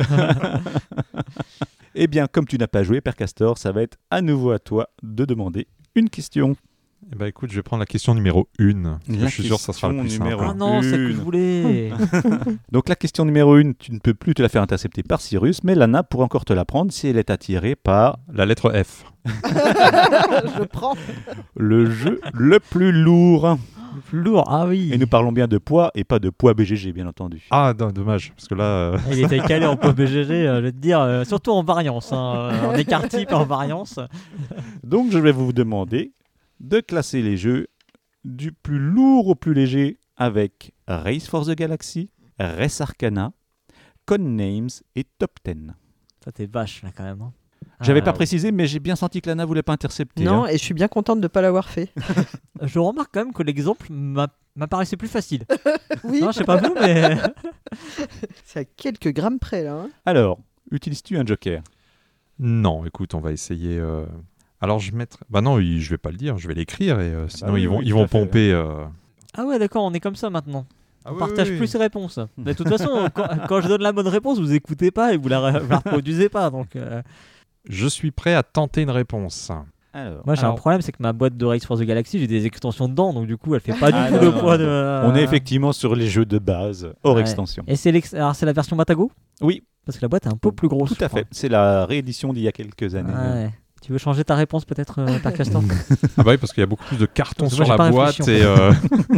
Eh bien, comme tu n'as pas joué, Père Castor, ça va être à nouveau à toi de demander une question. Eh ben, écoute, je vais prendre la question numéro une. La Je suis sûr que ça sera le plus question numéro simple. Ah non, c'est ce que je Une. voulais. Donc la question numéro une, tu ne peux plus te la faire intercepter par Cyrus, mais Lana pourrait encore te la prendre si elle est attirée par La lettre F. Je prends. le jeu le plus lourd. Le plus lourd, ah oui. Et nous parlons bien de poids et pas de poids B G G, bien entendu. Ah, non, dommage, parce que là... euh, Il était calé en poids B G G, euh, je vais te dire, euh, surtout en variance, hein, euh, en écart type et en variance. Donc je vais vous demander de classer les jeux du plus lourd au plus léger avec Race for the Galaxy, Res Arcana, Codenames et Top dix. Ça t'es vache là quand même. Hein. J'avais Ah, pas précisé, mais j'ai bien senti que Lana voulait pas intercepter. Non, hein. et je suis bien contente de ne pas l'avoir fait. Je remarque quand même que l'exemple m'a- m'apparaissait plus facile. Oui, Non, je sais pas vous, mais c'est à quelques grammes près là. hein. Alors, utilises-tu un joker? Non, écoute, on va essayer... euh, Alors, je vais mettre... Bah non, il- je vais pas le dire, je vais l'écrire, et euh, sinon oui, ils vont, oui, ils tout vont à fait. pomper... euh, ah ouais, d'accord, on est comme ça maintenant. Ah On oui, partage oui, oui. plus ses réponses. Mais de toute façon, quand, quand je donne la bonne réponse, vous écoutez pas et vous la, vous la reproduisez pas. Donc, euh, Je suis prêt à tenter une réponse. Alors, Moi, j'ai Alors- un problème, c'est que ma boîte de Race for the Galaxy, j'ai des extensions dedans, donc du coup, elle fait pas du Ah, tout non, le non, poids non. de. on est effectivement sur les jeux de base, hors Ouais. extension. Et c'est l'ex- alors, c'est la version Matago Oui, Parce que la boîte est un peu plus grosse. tout je à crois. fait. C'est la réédition d'il y a quelques années. Ouais. Tu veux changer ta réponse peut-être, euh, Père Castor Ah bah oui, parce qu'il y a beaucoup plus de cartons Parce que sur moi, la j'ai pas boîte. réfléchi, Et, euh,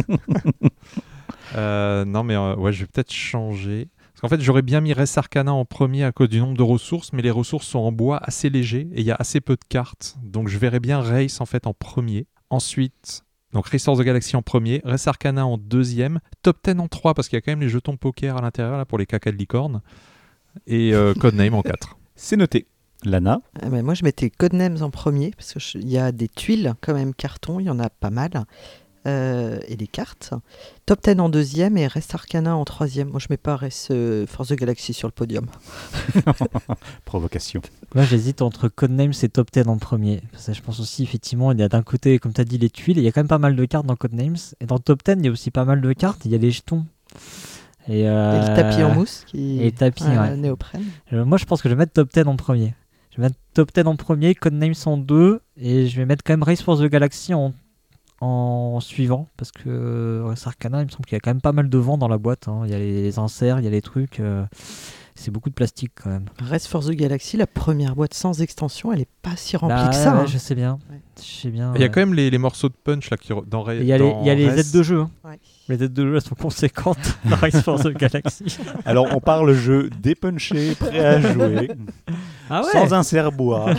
euh, non, mais euh, ouais, je vais peut-être changer. Parce qu'en fait, j'aurais bien mis Res Arcana en premier à cause du nombre de ressources, mais les ressources sont en bois assez léger et il y a assez peu de cartes. Donc je verrais bien Race en fait en premier. Ensuite, donc Race for the Galaxy en premier, Res Arcana en deuxième, Top dix en trois parce qu'il y a quand même les jetons poker à l'intérieur là, pour les cacas de licorne. Et euh, Codename en quatre. C'est noté. Lana, Ah ben, moi, je mettais Codenames en premier, parce qu'il y a des tuiles, quand même, carton, il y en a pas mal. Euh, et des cartes. Top dix en deuxième et Res Arcana en troisième. Moi, je mets pas Res euh, Force the Galaxy sur le podium. provocation. Moi, j'hésite entre Codenames et Top dix en premier. Parce que je pense aussi, effectivement, il y a d'un côté, comme tu as dit, les tuiles. Il y a quand même pas mal de cartes dans Codenames. Et dans Top dix, il y a aussi pas mal de cartes. Il y a les jetons. Et, euh, Et le tapis en mousse qui et le tapis, ouais. néoprène. Euh, moi, je pense que je vais mettre Top dix en premier. Je vais mettre Top dix en premier, Codenames en deux. Et je vais mettre quand même Race for the Galaxy en, en suivant. Parce que euh, Res Arcana, il me semble qu'il y a quand même pas mal de vent dans la boîte. Hein. Il y a les, les inserts, il y a les trucs. euh, c'est beaucoup de plastique quand même. Res for the Galaxy, la première boîte sans extension, elle est pas si remplie Bah, que ça. ouais, hein. je sais bien. Ouais. Je sais bien. Il y a ouais. quand même les, les morceaux de punch là qui re- dans, Ra- Il y a les, dans il y a les Res. aides de jeu. hein. Ouais. Les aides de jeu, elles sont conséquentes dans Race for the Galaxy. Alors, on parle jeu dépunché, prêt à jouer, Ah sans insert bois,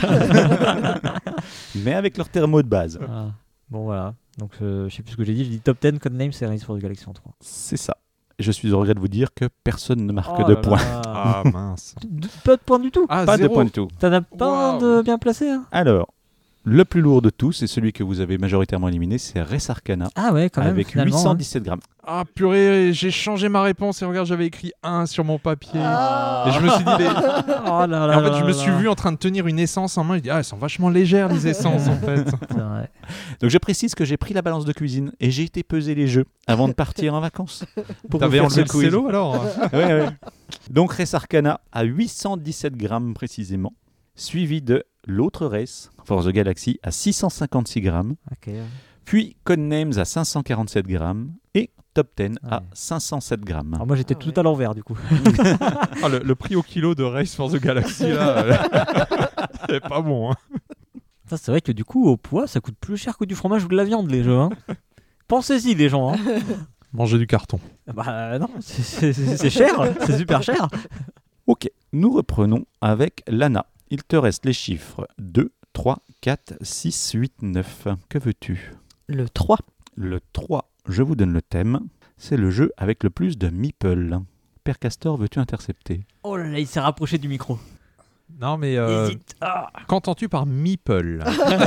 mais avec leur thermo de base. Ah, bon, voilà. Donc, euh, je sais plus ce que j'ai dit. J'ai dit Top dix, Codenames, c'est Race for the Galaxy en trois. C'est ça. Je suis au regret de vous dire que personne ne marque Oh de là points. là. Ah mince. D- Pas de points du tout. Ah, Pas de zéro. points du tout. T'en as pas un Waouh. de bien placé. Hein. Alors, le plus lourd de tous, et celui que vous avez majoritairement éliminé, c'est Res Arcana, Ah ouais, quand même. avec finalement, huit cent dix-sept grammes. Ah purée, j'ai changé ma réponse et regarde, j'avais écrit un sur mon papier. Ah. Et je me suis dit, les- hein. Oh là et là en fait, là je me là suis là. vu en train de tenir une essence en main. Je dis, ah, elles sont vachement légères les essences en fait. C'est vrai. Donc je précise que j'ai pris la balance de cuisine et j'ai été peser les jeux avant de partir en vacances. Pour T'avais vous faire enlevé le ce quiz. cello alors? Ouais, ouais. Donc Res Arcana à huit cent dix-sept grammes précisément, suivi de l'autre Res, Force the Galaxy, à six cent cinquante-six grammes, Ok. puis Codenames à cinq cent quarante-sept grammes et Top dix à Ouais. cinq cent sept grammes. Alors moi, j'étais Ah tout ouais. à l'envers du coup. Ah, le, le prix au kilo de Race for the Galaxy là, euh, c'est pas bon. Hein. Ça, c'est vrai que du coup, au poids, ça coûte plus cher que du fromage ou de la viande, les jeux. Hein. Pensez-y, les gens. Hein. Manger du carton. Bah euh, non, c'est- c'est c'est- c'est cher, c'est super cher. Ok, nous reprenons avec Lana. Il te reste les chiffres deux, trois, quatre, six, huit, neuf. Que veux-tu ? Le trois. Le trois, je vous donne le thème. C'est le jeu avec le plus de meeple. Père Castor, veux-tu intercepter ? Oh là là, il s'est rapproché du micro. Non mais euh, Hésite. Ah. qu'entends-tu par meeple?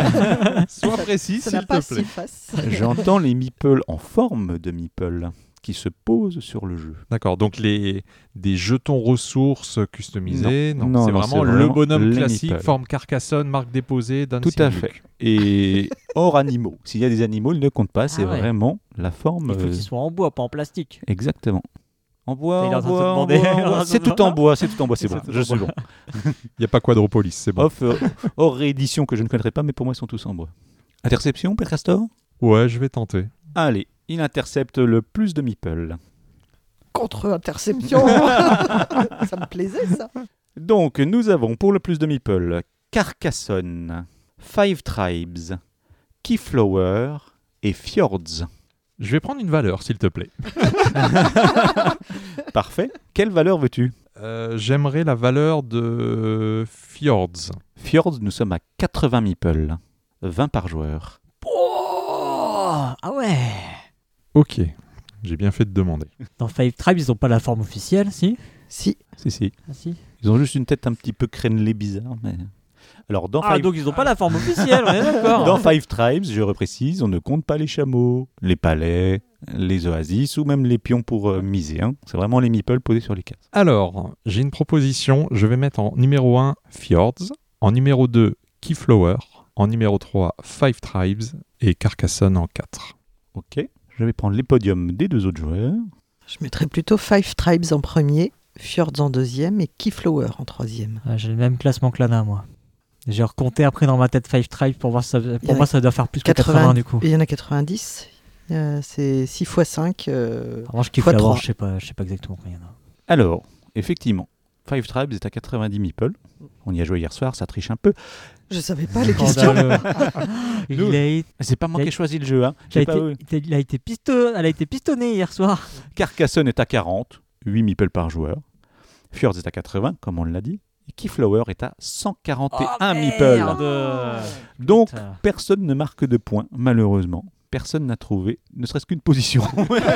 Sois précis Ça s'il n'a pas te plaît. si face. J'entends les meeples en forme de meeple qui se posent sur le jeu. D'accord, donc les des jetons ressources customisés. Non, Non, c'est non, vraiment c'est le vraiment bonhomme les classique, meeples. forme Carcassonne, marque déposée, d'un Tout à Simuc. fait. Et hors animaux. S'il y a des animaux, ils ne comptent pas. C'est Ah ouais. vraiment la forme. Il faut euh, qu'il soit en bois, pas en plastique. Exactement. En bois, Il est en en train de se bois, en demander. bois, en bois. C'est tout en bois, c'est tout en bois, c'est C'est bon. tout en Je suis bois. bon. Il n'y a pas Quadropolis, c'est bon. Off, euh, hors réédition que je ne connaîtrais pas, mais pour moi, ils sont tous en bois. Interception, Père Castor ? Ouais, je vais tenter. Allez, il intercepte le plus de meeple. Contre-interception. Ça me plaisait, ça. Donc, nous avons pour le plus de meeple Carcassonne, Five Tribes, Keyflower et Fjords. Je vais prendre une valeur, s'il te plaît. Parfait. Quelle valeur veux-tu ? Euh, J'aimerais la valeur de Fjords. Fjords, nous sommes à quatre-vingts meeple, vingt par joueur. Oh ah ouais. Ok, j'ai bien fait de demander. Dans Five Tribes, ils ont pas la forme officielle, si Si. Si, si. Ah si. Ils ont juste une tête un petit peu crénelée bizarre, mais... Alors, dans Ah Five... donc ils ont pas la forme officielle, on est d'accord. Dans Five Tribes, je reprécise, on ne compte pas les chameaux, les palais, les oasis ou même les pions pour euh, miser. Hein. C'est vraiment les meeples posés sur les cases. Alors, j'ai une proposition. Je vais mettre en numéro un Fjords, en numéro deux Keyflower, en numéro trois Five Tribes et Carcassonne en quatre. Ok. Je vais prendre les podiums des deux autres joueurs. Je mettrais plutôt Five Tribes en premier, Fjords en deuxième et Keyflower en troisième. Ah, j'ai le même classement que Lana, moi. J'ai recompté après dans ma tête Five Tribes pour voir si ça, y pour en moi a ça doit faire plus que quatre-vingts quatre-vingts du coup. Il y en a quatre-vingt-dix. Euh, c'est six fois cinq. Euh... Alors, je kiffe fois l'avoir, trois. je sais pas, je sais pas exactement combien il y en a. Alors, effectivement, Five Tribes est à quatre-vingt-dix meeples. On y a joué hier soir, ça triche un peu. Je savais pas les questions. Scandaleux. Nous- Il a été- C'est pas moi Il qui a- ai choisi le jeu. Hein. il a J'ai pas- été- il a été piston- Elle a été pistonnée hier soir. Carcassonne est à quarante, huit meeples par joueur. Fjords est à quatre-vingts, comme on l'a dit. Et Keyflower est à cent quarante et un meeples. Merde. Donc, Putain. personne ne marque de points, malheureusement. Personne n'a trouvé, ne serait-ce qu'une position.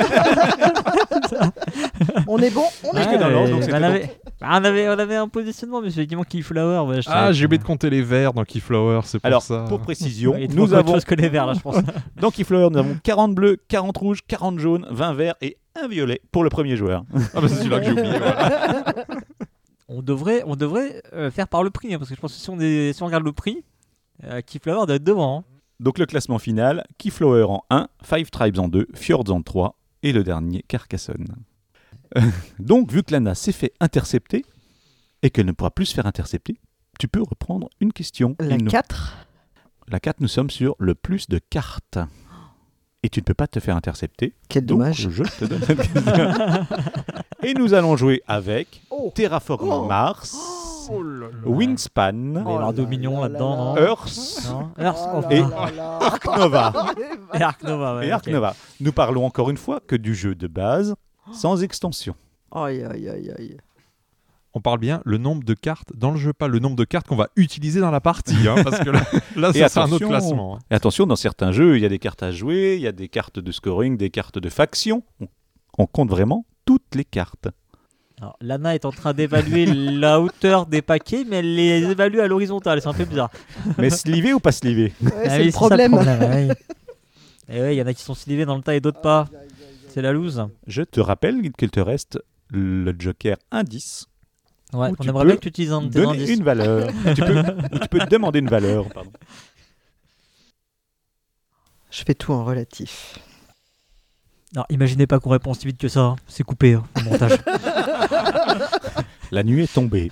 On est bon. On est Jusque Ouais, dans l'ordre, donc euh, c'était on, avait, on, avait, on avait un positionnement, mais effectivement, Keyflower. Ouais, je Ah, savais j'ai que- oublié de compter les verts dans Keyflower, c'est pour Alors, ça. pour précision, Ouais, il te nous manque autre avons, chose que les verts là, je pense. dans Keyflower, nous avons quarante bleus, quarante rouges, quarante jaunes, vingt verts et un violet pour le premier joueur. Ah bah c'est celui-là que j'ai oublié. Voilà. On devrait, on devrait euh, faire par le prix, hein, parce que je pense que si on, est, si on regarde le prix, euh, Keyflower doit être devant. Hein. Donc le classement final, Keyflower en un, Five Tribes en deux, Fjords en trois et le dernier Carcassonne. Donc vu que Lana s'est fait intercepter et qu'elle ne pourra plus se faire intercepter, tu peux reprendre une question. La Il nous- quatre. La quatre, nous sommes sur le plus de cartes. Et tu ne peux pas te faire intercepter. Quel Donc dommage. je te donne cette question. Et nous allons jouer avec Oh. Terraforming Oh. Mars, Oh là là. Wingspan, Il va y avoir Dominion là-dedans, non Earth Non Earth, oh, Et- putain. Ark Nova. Et Ark Nova. Ouais, et Ark ok. Nova. Nous parlons encore une fois que du jeu de base, sans extension. Aïe, aïe, aïe, aïe. On parle bien le nombre de cartes dans le jeu, pas le nombre de cartes qu'on va utiliser dans la partie, hein, parce que là, là Et ça c'est un autre attention. classement. hein. Et attention, dans certains jeux, il y a des cartes à jouer, il y a des cartes de scoring, des cartes de faction. On, on compte vraiment toutes les cartes. Alors, Lana est en train d'évaluer la hauteur des paquets, mais elle les évalue à l'horizontale. C'est un peu bizarre. Mais slivé ou pas slivé? Ouais, Ah c'est oui, le ça, problème. ouais. Et ouais, il y en a qui sont slivés dans le tas et d'autres pas. C'est la loose. Je te rappelle qu'il te reste le joker indice. Ouais, Ou on tu aimerait peux bien que tu utilises un de tes Donner indices. une valeur. tu, peux, ou tu peux demander une valeur. Pardon. Je fais tout en relatif. Alors, imaginez pas qu'on répond si vite que ça. hein. C'est coupé hein, au montage. La nuit est tombée.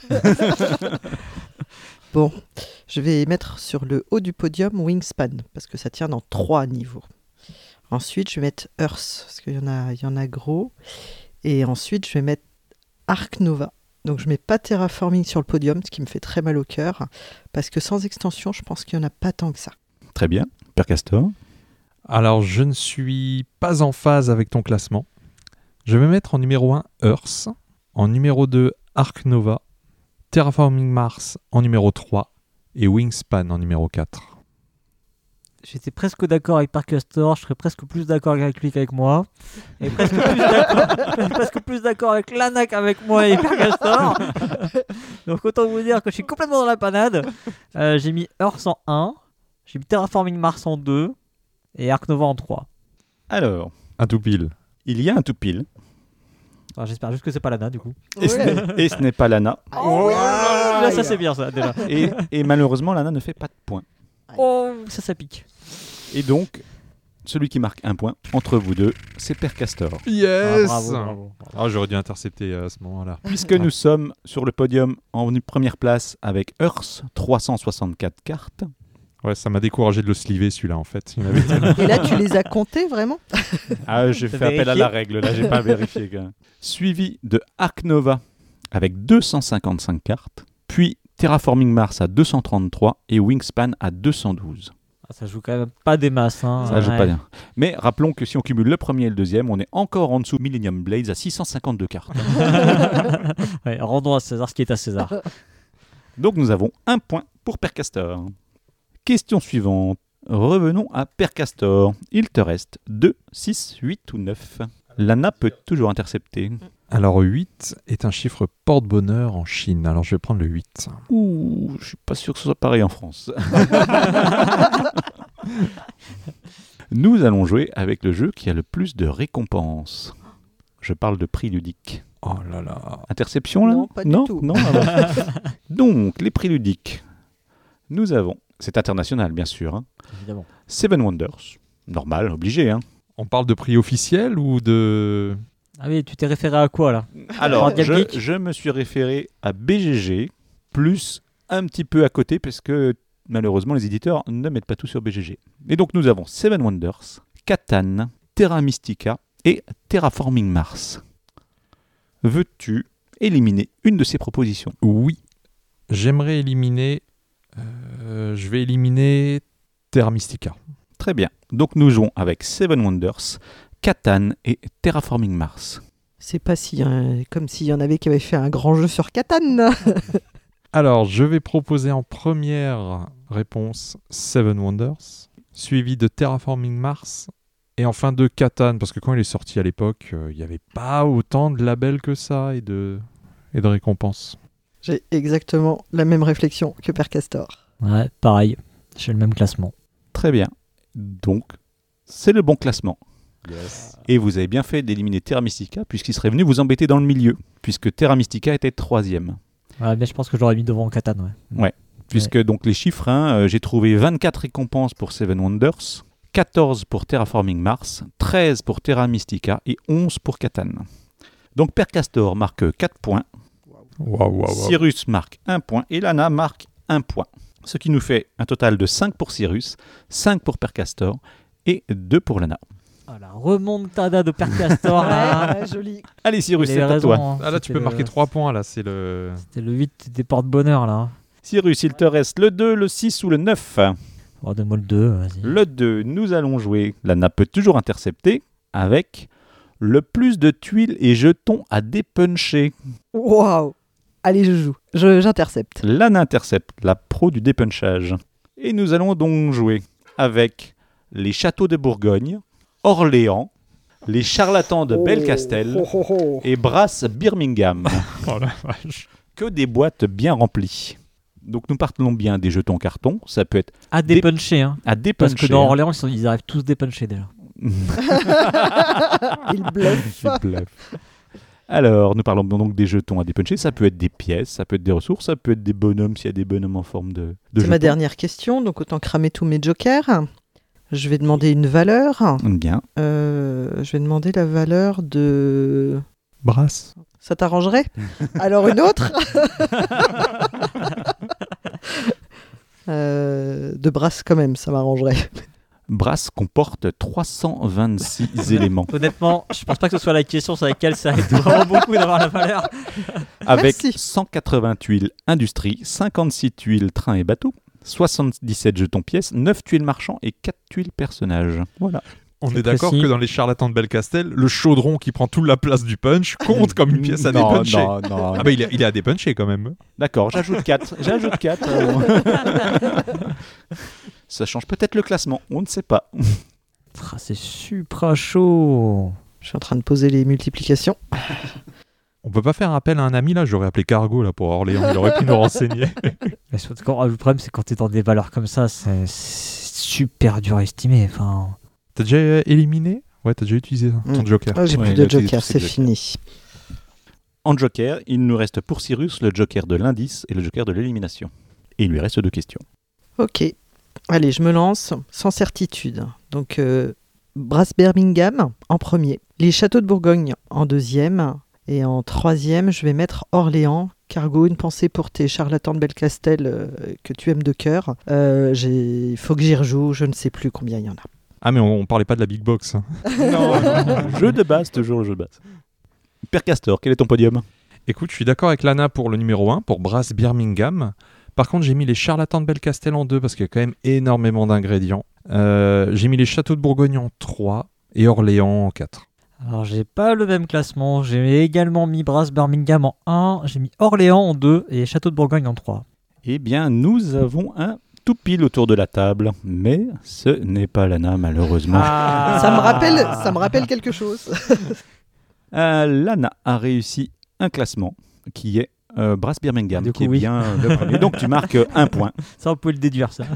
Bon, je vais mettre sur le haut du podium Wingspan, parce que ça tient dans trois niveaux. Ensuite, je vais mettre Earth, parce qu'il y en a, il y en a gros. Et ensuite, je vais mettre Ark Nova. Donc, je mets pas Terraforming sur le podium, ce qui me fait très mal au cœur, parce que sans extension, je pense qu'il n'y en a pas tant que ça. Très bien. Père Castor. Alors, je ne suis pas en phase avec ton classement. Je vais mettre en numéro un Earth, en numéro deux Ark Nova, Terraforming Mars en numéro trois et Wingspan en numéro quatre. J'étais presque d'accord avec Parkastor, je serais presque plus d'accord avec lui qu'avec moi. Et presque plus d'accord, presque plus d'accord avec Lana qu'avec moi et Parkastor. Donc autant vous dire que je suis complètement dans la panade. Euh, j'ai mis Earth en un, j'ai mis Terraforming Mars en deux et Ark Nova en trois. Alors, Un tout pile. il y a un tout pile. Enfin, j'espère juste que c'est pas Lana du coup. Et ce n'est- et ce n'est pas Lana. Oh, Là, ça c'est bien ça déjà. Et, et malheureusement, Lana ne fait pas de points. Oh, ça ça pique. Et donc, celui qui marque un point entre vous deux, c'est Père Castor. Ah, Yes bravo, bravo. Ah, j'aurais dû intercepter à ce moment-là. Puisque nous sommes sur le podium en première place avec Earth, trois cent soixante-quatre cartes. Ouais, ça m'a découragé de le sliver celui-là en fait. Il y en avait tellement. Et là, tu les as comptés vraiment? Ah, j'ai T'as fait appel à vérifié la règle, là, j'ai pas vérifié quand même. Suivi de Ark Nova avec deux cent cinquante-cinq cartes, puis Terraforming Mars à deux cent trente-trois et Wingspan à deux cent douze. Ah, ça joue quand même pas des masses. Hein. Ça joue Ouais. pas bien. Mais rappelons que si on cumule le premier et le deuxième, on est encore en dessous de Millennium Blades à six cent cinquante-deux cartes. Ouais, rendons à César ce qui est à César. Donc nous avons un point pour Père Castor. Question suivante. Revenons à Père Castor. Il te reste deux, six, huit ou neuf. Lana peut toujours intercepter. Alors huit est un chiffre porte-bonheur en Chine. Alors je vais prendre le huit. Ouh, je suis pas sûr que ce soit pareil en France. Nous allons jouer avec le jeu qui a le plus de récompenses. Je parle de prix ludiques. Oh là là. Interception là? Non, pas du non, tout. Non, ah bah. Donc, les prix ludiques. Nous avons, c'est international bien sûr, hein. Évidemment. Seven Wonders. Normal, obligé. Hein. On parle de prix officiel ou de... Ah oui, tu t'es référé à quoi là? Alors, Board Game je, Geek. je me suis référé à B G G plus un petit peu à côté parce que malheureusement les éditeurs ne mettent pas tout sur B G G. Et donc nous avons Seven Wonders, Catan, Terra Mystica et Terraforming Mars. Veux-tu éliminer une de ces propositions ? Oui. J'aimerais éliminer... euh, je vais éliminer Terra Mystica. Très bien. Donc nous jouons avec Seven Wonders, Catan et Terraforming Mars. C'est pas si, hein, comme s'il y en avait qui avaient fait un grand jeu sur Catan. Alors, je vais proposer en première réponse Seven Wonders, suivi de Terraforming Mars, et enfin de Catan, parce que quand il est sorti à l'époque, il euh, n'y avait pas autant de labels que ça et de, et de récompenses. J'ai exactement la même réflexion que Père Castor. Ouais, pareil. J'ai le même classement. Très bien. Donc, c'est le bon classement. Yes. Et vous avez bien fait d'éliminer Terra Mystica, puisqu'il serait venu vous embêter dans le milieu, puisque Terra Mystica était troisième. Ouais, mais je pense que je l'aurais mis devant Catan, ouais. Ouais. Puisque donc les chiffres, hein, euh, j'ai trouvé vingt-quatre récompenses pour Seven Wonders, quatorze pour Terraforming Mars, treize pour Terra Mystica et onze pour Catan. Donc Père Castor marque quatre points, Waouh, waouh, waouh. Cyrus marque un point et Lana marque un point. Ce qui nous fait un total de cinq pour Cyrus, cinq pour Père Castor et deux pour Lana. Ah, la remontada de Père Castor, là. Ouais, joli. Allez Cyrus, Il c'est avait à raison, toi. hein. Ah là, tu C'était peux marquer le- trois points, là, c'est le... C'était le huit des porte-bonheur, là. Cyrus, il te reste le deux, le six ou le neuf. Oh, donne-moi le deux, vas-y. Le deux, nous allons jouer, Lana peut toujours intercepter, avec le plus de tuiles et jetons à dépuncher. Waouh. Allez, je joue. Je, j'intercepte. Lana intercepte, la pro du dépunchage. Et nous allons donc jouer avec les châteaux de Bourgogne, Orléans, les charlatans de Belcastel Oh, oh, oh. et Brass Birmingham. Oh la vache. Que des boîtes bien remplies. Donc nous partons bien des jetons carton, ça peut être À Dé- dépuncher, hein. à dépuncher. Parce que dans Orléans, ils, sont- ils arrivent tous dépunchés déjà. Il bluffe. Il bluffe. Alors, nous parlons donc des jetons à dépuncher. Ça peut être des pièces, ça peut être des ressources, ça peut être des bonhommes s'il y a des bonhommes en forme de, de C'est jetons. ma dernière question, donc autant cramer tous mes jokers. Je vais demander une valeur. Bien. Euh, je vais demander la valeur de... Brasse. Ça t'arrangerait? Alors une autre? Euh, de brasse quand même, ça m'arrangerait. Brass comporte trois cent vingt-six éléments, Honnêtement, je pense pas que ce soit la question sur laquelle ça aide vraiment beaucoup d'avoir la valeur. avec Merci. cent quatre-vingts tuiles industrie, cinquante-six tuiles train et bateau, soixante-dix-sept jetons pièces, neuf tuiles marchands et quatre tuiles personnages. Voilà. On C'est est d'accord précis. que dans les charlatans de Belcastel, le chaudron qui prend toute la place du punch compte comme une pièce à non, dépuncher. non, non. Ah bah il est, il est à dépuncher quand même. D'accord, j'ajoute quatre. J'ajoute quatre. Ça change peut-être le classement, on ne sait pas. Ah, c'est super chaud. Je suis en train de poser les multiplications. On peut pas faire appel à un ami là, j'aurais appelé Cargo là pour Orléans, il aurait pu nous renseigner. Mais surtout quand- le problème, c'est quand t'es dans des valeurs comme ça, c'est c'est super dur à estimer. Enfin, T'as déjà euh, éliminé? Ouais, t'as déjà utilisé ton Mm. joker. Ah, j'ai Ouais, plus il a de utilisé jokers, tous ses c'est jokers. fini. En joker, il nous reste pour Cyrus le joker de l'indice et le joker de l'élimination. Et il lui reste deux questions. Ok. Allez, je me lance sans certitude. Donc, euh, Brass Birmingham en premier. Les châteaux de Bourgogne en deuxième. Et en troisième, je vais mettre Orléans. Cargo, une pensée pour tes charlatans de Belcastel euh, que tu aimes de cœur. Euh, j'ai- Il faut que j'y rejoue, je ne sais plus combien il y en a. Ah mais on, on parlait pas de la big box. hein. Non, jeu de base, toujours le jeu de base. Père Castor, quel est ton podium? Écoute, je suis d'accord avec Lana pour le numéro un, pour Brass Birmingham. Par contre, j'ai mis les charlatans de Belcastel en deux parce qu'il y a quand même énormément d'ingrédients. Euh, j'ai mis les châteaux de Bourgogne en trois et Orléans en quatre. alors j'ai pas le même classement. J'ai également mis Brass Birmingham en un, j'ai mis Orléans en deux et Château de Bourgogne en trois. Eh bien, nous avons un tout pile autour de la table, mais ce n'est pas Lana, malheureusement. Ah. Ça me rappelle, ça me rappelle quelque chose. Euh, Lana a réussi un classement qui est euh, Brass Birmingham, Du qui est coup, oui. bien le premier. Donc, tu marques un point. Ça, on peut le déduire, ça.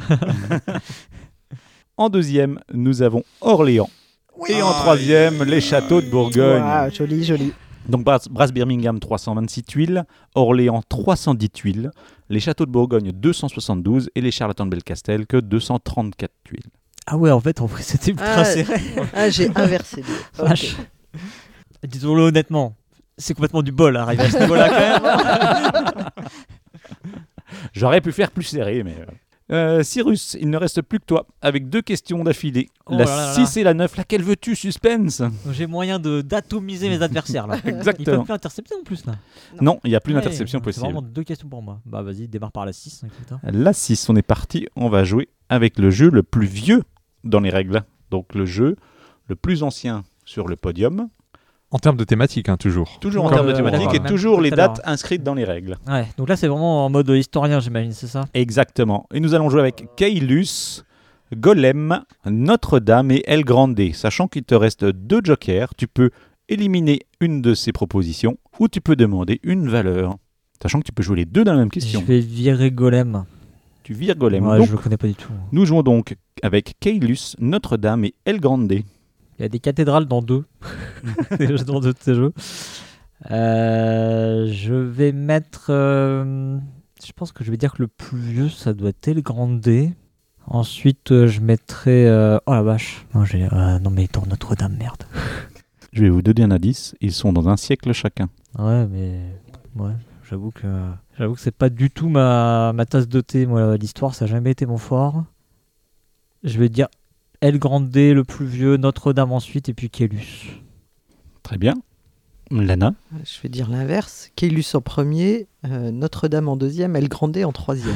En deuxième, nous avons Orléans. Et en troisième, les châteaux de Bourgogne. Ouah, joli, joli. Donc Brass, Brass Birmingham, trois cent vingt-six tuiles. Orléans, trois cent dix tuiles. Les châteaux de Bourgogne, deux cent soixante-douze. Et les charlatans de Belcastel, que deux cent trente-quatre tuiles. Ah ouais, en fait, en vrai, c'était ultra Ah, serré. Ah, j'ai inversé. Ok. Vache. Disons-le honnêtement, c'est complètement du bol, arriver à ce niveau-là quand même. J'aurais pu faire plus serré, mais... euh. Euh, Cyrus, il ne reste plus que toi, avec deux questions d'affilée. Oh la là là là. six et la neuf, laquelle veux-tu, suspense? J'ai moyen de d'atomiser mes adversaires là. Ils Exactement. peuvent plus intercepter en plus là. Non, il n'y a plus Ouais, d'interception c'est possible. vraiment deux questions pour moi. Bah vas-y, démarre par la six. Écoute, hein. La six, on est parti, on va jouer avec le jeu le plus vieux dans les règles. Donc le jeu le plus ancien sur le podium, En termes de thématique, hein, toujours. toujours en Comme, termes de euh, thématique d'accord, et même toujours tout les à l'heure. dates inscrites dans les règles. Ouais, donc là c'est vraiment en mode historien, j'imagine, c'est ça? Exactement. Et nous allons jouer avec Caylus, Golem, Notre-Dame et El Grande. Sachant qu'il te reste deux jokers, tu peux éliminer une de ces propositions ou tu peux demander une valeur. Sachant que tu peux jouer les deux dans la même question. Je vais virer Golem. Tu vires Golem. Ouais, Donc, je le connais pas du tout. nous jouons donc avec Caylus, Notre-Dame et El Grande. Il y a des cathédrales dans deux. dans deux de ces jeux. Euh, je vais mettre. euh, je pense que je vais dire que le plus vieux, ça doit être El Grande. Ensuite, euh, je mettrai. euh, oh la vache. Non, j'ai, euh, non mais dans Notre-Dame, merde. Je vais vous donner un indice, ils sont dans un siècle chacun. Ouais, mais. Ouais, j'avoue que. J'avoue que c'est pas du tout ma, ma tasse de thé, moi, l'histoire, ça n'a jamais été mon fort. Je vais dire El Grande, le plus vieux, Notre-Dame ensuite, et puis Caylus. Très bien. Lana? Je vais dire l'inverse. Caylus en premier, euh, Notre-Dame en deuxième, El Grande en troisième.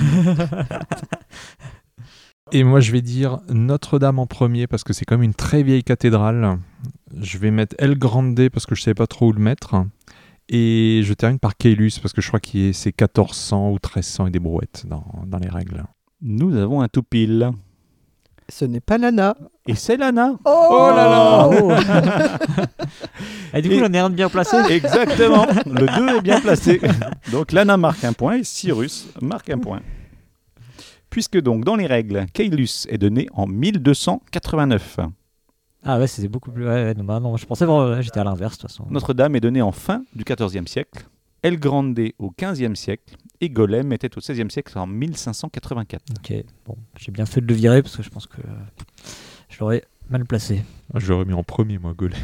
Et moi, je vais dire Notre-Dame en premier parce que c'est comme une très vieille cathédrale. Je vais mettre El Grande parce que je ne savais pas trop où le mettre. Et je termine par Caylus parce que je crois que c'est quatorze cents ou treize cents et des brouettes dans, dans les règles. Nous avons un tout pile. Ce n'est pas Lana. Et c'est Lana. Oh, là là. Bravo. Et du coup, Et- j'en ai un de bien placé. Exactement. Le deux est bien placé. Donc Lana marque un point et Cyrus marque un point. Puisque donc dans les règles, Caylus est donné en mille deux cent quatre-vingt-neuf. Ah ouais, c'était beaucoup plus. Ouais, ouais, non, bah non, je pensais vraiment. ouais, J'étais à l'inverse de toute façon. Notre-Dame est donnée en fin du quatorzième siècle. El Grande au quinzième siècle. Et Golem était au seizième siècle en mille cinq cent quatre-vingt-quatre. Ok, bon, j'ai bien fait de le virer parce que je pense que euh, je l'aurais mal placé. Je l'aurais mis en premier, moi, Golem.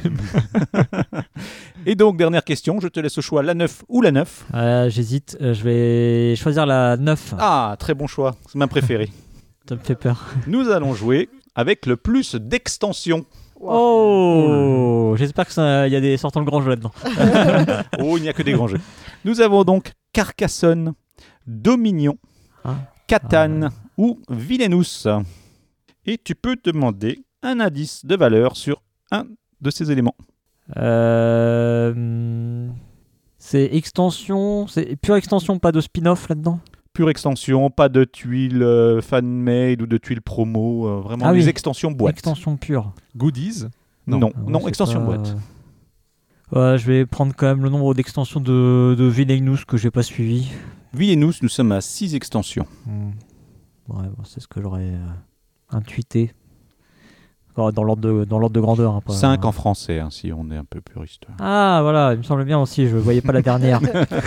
Et donc, dernière question, je te laisse au choix la neuf ou la neuf. Euh, J'hésite, euh, je vais choisir la neuf. Ah, très bon choix, c'est ma préférée. Ça me fait peur. Nous allons jouer avec le plus d'extensions. Oh, j'espère que ça, il y a des sortants le grand jeu là-dedans. Oh, il n'y a que des grands jeux. Nous avons donc Carcassonne, Dominion, Ah. Catan Ah. ou Villainous. Et tu peux demander un indice de valeur sur un de ces éléments. Euh, hum, c'est extension, c'est pure extension, pas de spin-off là-dedans. Pure extension, pas de tuiles euh, fan-made ou de tuiles promo, euh, vraiment Ah des oui. extensions boîte. Extension pure. Goodies? Non, Non. non, Ah ouais, c'est extension pas- boîte. Ouais, je vais prendre quand même le nombre d'extensions de, de Villainous que j'ai pas suivi. Villainous, nous sommes à six extensions. Hmm. Ouais, bon, c'est ce que j'aurais euh, intuité. Encore dans l'ordre de, dans l'ordre de grandeur. Hein, pas- cinq en français, hein, si on est un peu puriste. Ah, voilà, il me semble bien aussi, je voyais pas la dernière.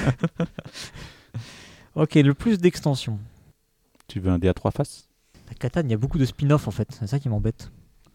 Ok, le plus d'extensions. Tu veux un dé à trois faces? La Catane, il y a beaucoup de spin-off en fait, c'est ça qui m'embête.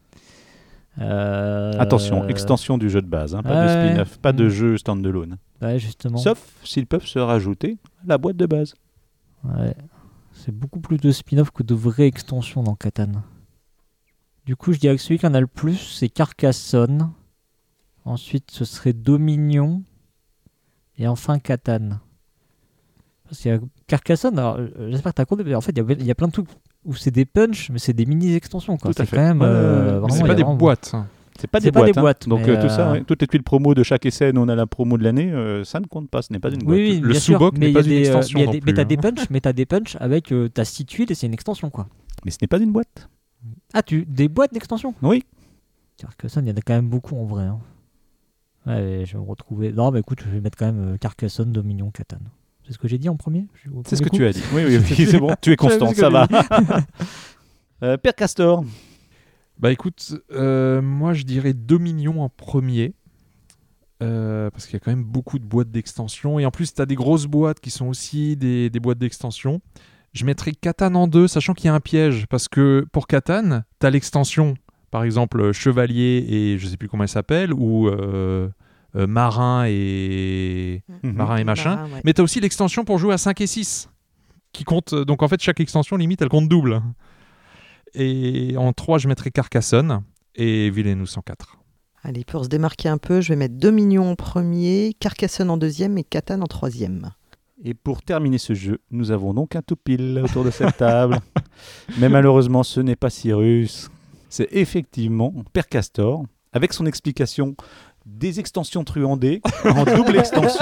Euh, Attention, extension du jeu de base, hein, pas ouais, de spin-off, pas de mm. jeu stand-alone. Ouais, justement. Sauf s'ils peuvent se rajouter à la boîte de base. Ouais. C'est beaucoup plus de spin-off que de vraies extensions dans Catane. Du coup, je dirais que celui qui en a le plus, c'est Carcassonne. Ensuite, ce serait Dominion. Et enfin, Catane. Parce qu'il y a Carcassonne, alors, euh, j'espère que tu as compté, mais en fait, il y, a- il y a plein de trucs où c'est des punchs, mais c'est des mini-extensions. Quoi. Tout à C'est fait. quand même. Ouais, euh, ouais, ouais. vraiment, Mais c'est il y pas a des vraiment- boîtes. C'est pas C'est des pas boîtes. des hein. boîtes, Donc mais, euh, tout ça, euh, ouais. Toutes les tuiles promo de chaque essai, nous on a la promo de l'année, euh, ça ne compte pas, ce n'est pas une boîte. Oui, oui, Le bien sûr, sous-boc mais n'est il y pas a une des, euh, extension mais il y a non des- plus, mais t'as hein. des punchs, mais t'as des punchs avec euh, t'as six tuiles et c'est une extension quoi. Mais ce n'est pas une boîte. Ah, tu des boîtes d'extension. Oui. Carcassonne, il y en a quand même beaucoup en vrai. Hein. Ouais, je vais me retrouver. Non, mais écoute, je vais mettre quand même euh, Carcassonne, Dominion, Catane. C'est ce que j'ai dit en premier. Je- au C'est ce premier que coup tu as dit. Oui, oui, oui, c'est bon, tu es constant, ce que ça j'ai va. dit. Euh, Père Castor, Bah écoute, euh, moi je dirais Dominion en premier. Euh, parce qu'il y a quand même beaucoup de boîtes d'extension. Et en plus, tu as des grosses boîtes qui sont aussi des, des boîtes d'extension. Je mettrais Catane en deux, sachant qu'il y a un piège. Parce que pour Catane, tu as l'extension, par exemple Chevalier et je sais plus comment elle s'appelle, ou euh, euh, Marin et... Mhm. Marin et machin. Marin, ouais. Mais tu as aussi l'extension pour jouer à cinq et six. qui compte. Donc en fait, chaque extension limite, elle compte double. Et en trois, je mettrai Carcassonne et Villainous cent quatre. Allez, pour se démarquer un peu, je vais mettre Dominion en premier, Carcassonne en deuxième et Catan en troisième. Et pour terminer ce jeu, nous avons donc un tout pile autour de cette table. Mais malheureusement, ce n'est pas Cyrus. C'est effectivement Père Castor, avec son explication des extensions truandées en double extension,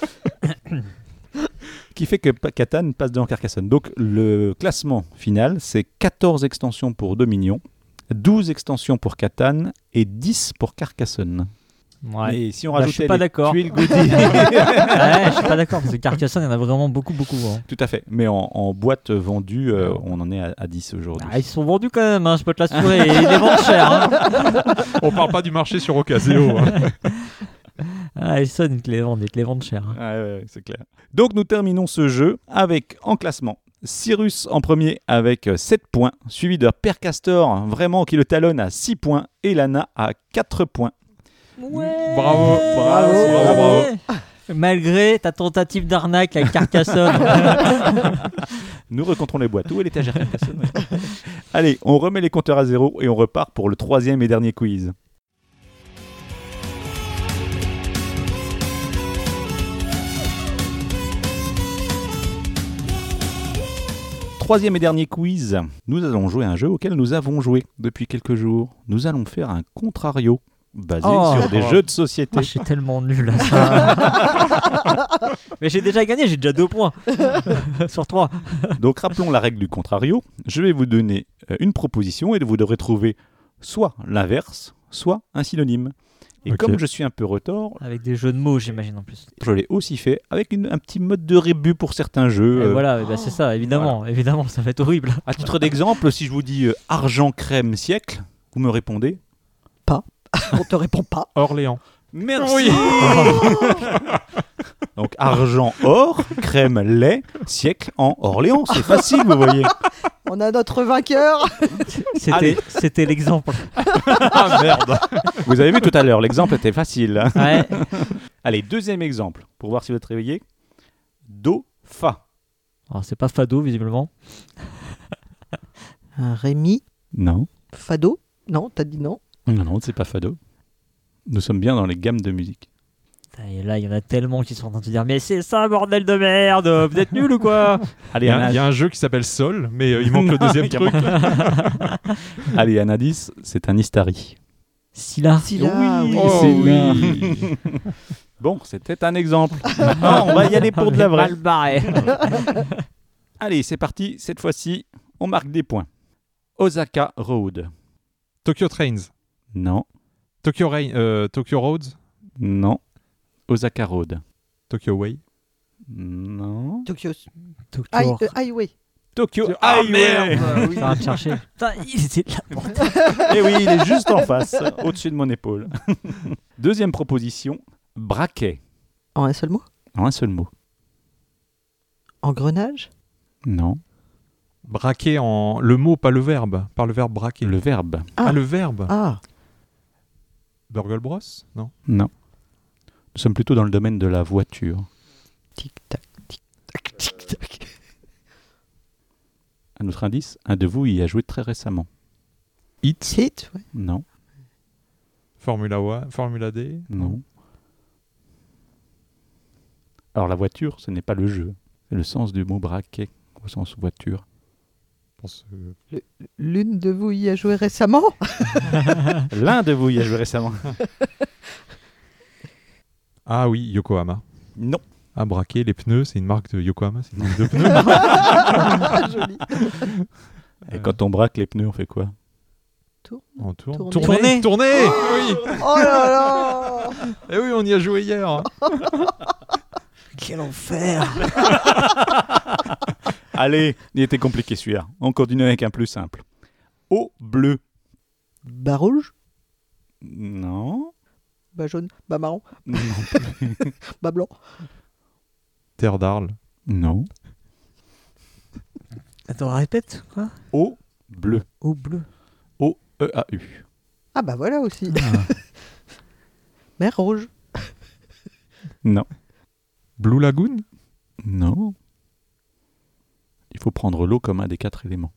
qui fait que Catan passe devant Carcassonne. Donc le classement final, c'est quatorze extensions pour Dominion, douze extensions pour Catan et dix pour Carcassonne. Ouais. Et si on Bah, rajoutait je suis pas les d'accord. tuiles goodies... Ouais, je suis pas d'accord parce que Carcassonne, il y en a vraiment beaucoup, beaucoup. Hein. Tout à fait. Mais en, en boîte vendue, euh, on en est à, à dix aujourd'hui. Ah, ils sont vendus quand même, hein, je peux te l'assurer. Ils les vendent cher. Hein. On parle pas du marché sur Ocaseo. Hein. Ah, ils sonnent, ils te les vendent, ils te les vendent cher. Hein. Ouais, ouais, ouais, c'est clair. Donc nous terminons ce jeu avec, en classement, Cyrus en premier avec sept points, suivi de Père Castor, vraiment qui le talonne à six points, et Lana à quatre points. Ouais. Bravo, bravo, bravo, bravo. Malgré ta tentative d'arnaque avec Carcassonne. Nous recomptons les boîtes. Où est l'étagère Carcassonne? Allez, on remet les compteurs à zéro et on repart pour le troisième et dernier quiz. Troisième et dernier quiz. Nous allons jouer à un jeu auquel nous avons joué depuis quelques jours. Nous allons faire un contrario basé Oh. sur des jeux de société. Ah, je suis tellement nul à ça. Mais j'ai déjà gagné, j'ai déjà deux points sur trois. Donc rappelons la règle du contrario. Je vais vous donner euh, une proposition et vous devrez trouver soit l'inverse, soit un synonyme. Et Ok. comme je suis un peu retors, Avec des jeux de mots, j'imagine en plus. je l'ai aussi fait avec une- un petit mode de rébut pour certains jeux. Et euh, voilà, bah, c'est ça, évidemment, évidemment, ça va être horrible. À titre d'exemple, si je vous dis euh, argent, crème, siècle, vous me répondez On te répond pas. Orléans. merci. Donc argent, or, crème, lait, siècle en Orléans. C'est facile, vous voyez. On a notre vainqueur. C'était, Allez. c'était l'exemple. Ah merde. Vous avez vu tout à l'heure, l'exemple était facile. hein. Ouais. Allez, deuxième exemple, pour voir si vous êtes réveillé. Do, fa. Alors, c'est pas Fado, visiblement. Un Rémi, Non. Fado. Non, t'as dit non. Non, non, c'est pas fado. Nous sommes bien dans les gammes de musique. Et là, il y en a tellement qui sont en train de se dire mais c'est ça, bordel de merde, vous êtes nuls ou quoi? Il Allez, y, un, a, il y a un jeu qui s'appelle Sol, mais euh, il manque le deuxième il y a truc. Allez, un indice, c'est un Istari. Scylla. Scylla, oui. Oh, c'est oui. Bon, c'était un exemple. Maintenant, on va y aller pour de la vraie. Mal barré. Allez, c'est parti. Cette fois-ci, on marque des points. Osaka Road. Tokyo Trains. Non, Tokyo, Rain, euh, Tokyo Roads. non. Osaka Road. Tokyo Way. Non. Tokyo. Tokyo. Hi- euh, Highway. Tokyo Ah, Highway. Ça va te chercher. Putain, il était de la porte. Eh oui, il est juste en face, au-dessus de mon épaule. Deuxième proposition, braquet. En un seul mot. En un seul mot. Engrenage. Non. Braquer en. Le mot, pas le verbe. Par le verbe braquer. Le verbe. Ah, Ah. le verbe. Ah. Burgle Bros. Non. Non. Nous sommes plutôt dans le domaine de la voiture. Tic tac, tic tac, tic tac. Un autre indice, un de vous y a joué très récemment. Hit. Hit. Ouais. Non. Formula One. Formula D. Non. Alors la voiture, ce n'est pas le jeu. C'est le sens du mot braquet au sens voiture. Je pense, euh, L'une de vous y a joué récemment. L'un de vous y a joué récemment. Ah oui, Yokohama. Non. Ah, braquer les pneus, c'est une marque de Yokohama, c'est une marque de pneus. Joli. Et quand on braque les pneus, on fait quoi? On tourne. Tourner. Tourner. Tourner. Oui. Oh là là. Eh oui, on y a joué hier. Quel enfer. Allez, il était compliqué celui-là. On continue avec un plus simple. Eau bleue. Bas rouge. Non. Bas jaune. Bas marron. Non. Bas blanc. Terre d'Arles. Non. Attends, répète quoi? Eau bleue. Au bleu. O E A U. Ah bah voilà aussi. Ah. Mer rouge. Non. Blue Lagoon. Non. Il faut prendre l'eau comme un des quatre éléments.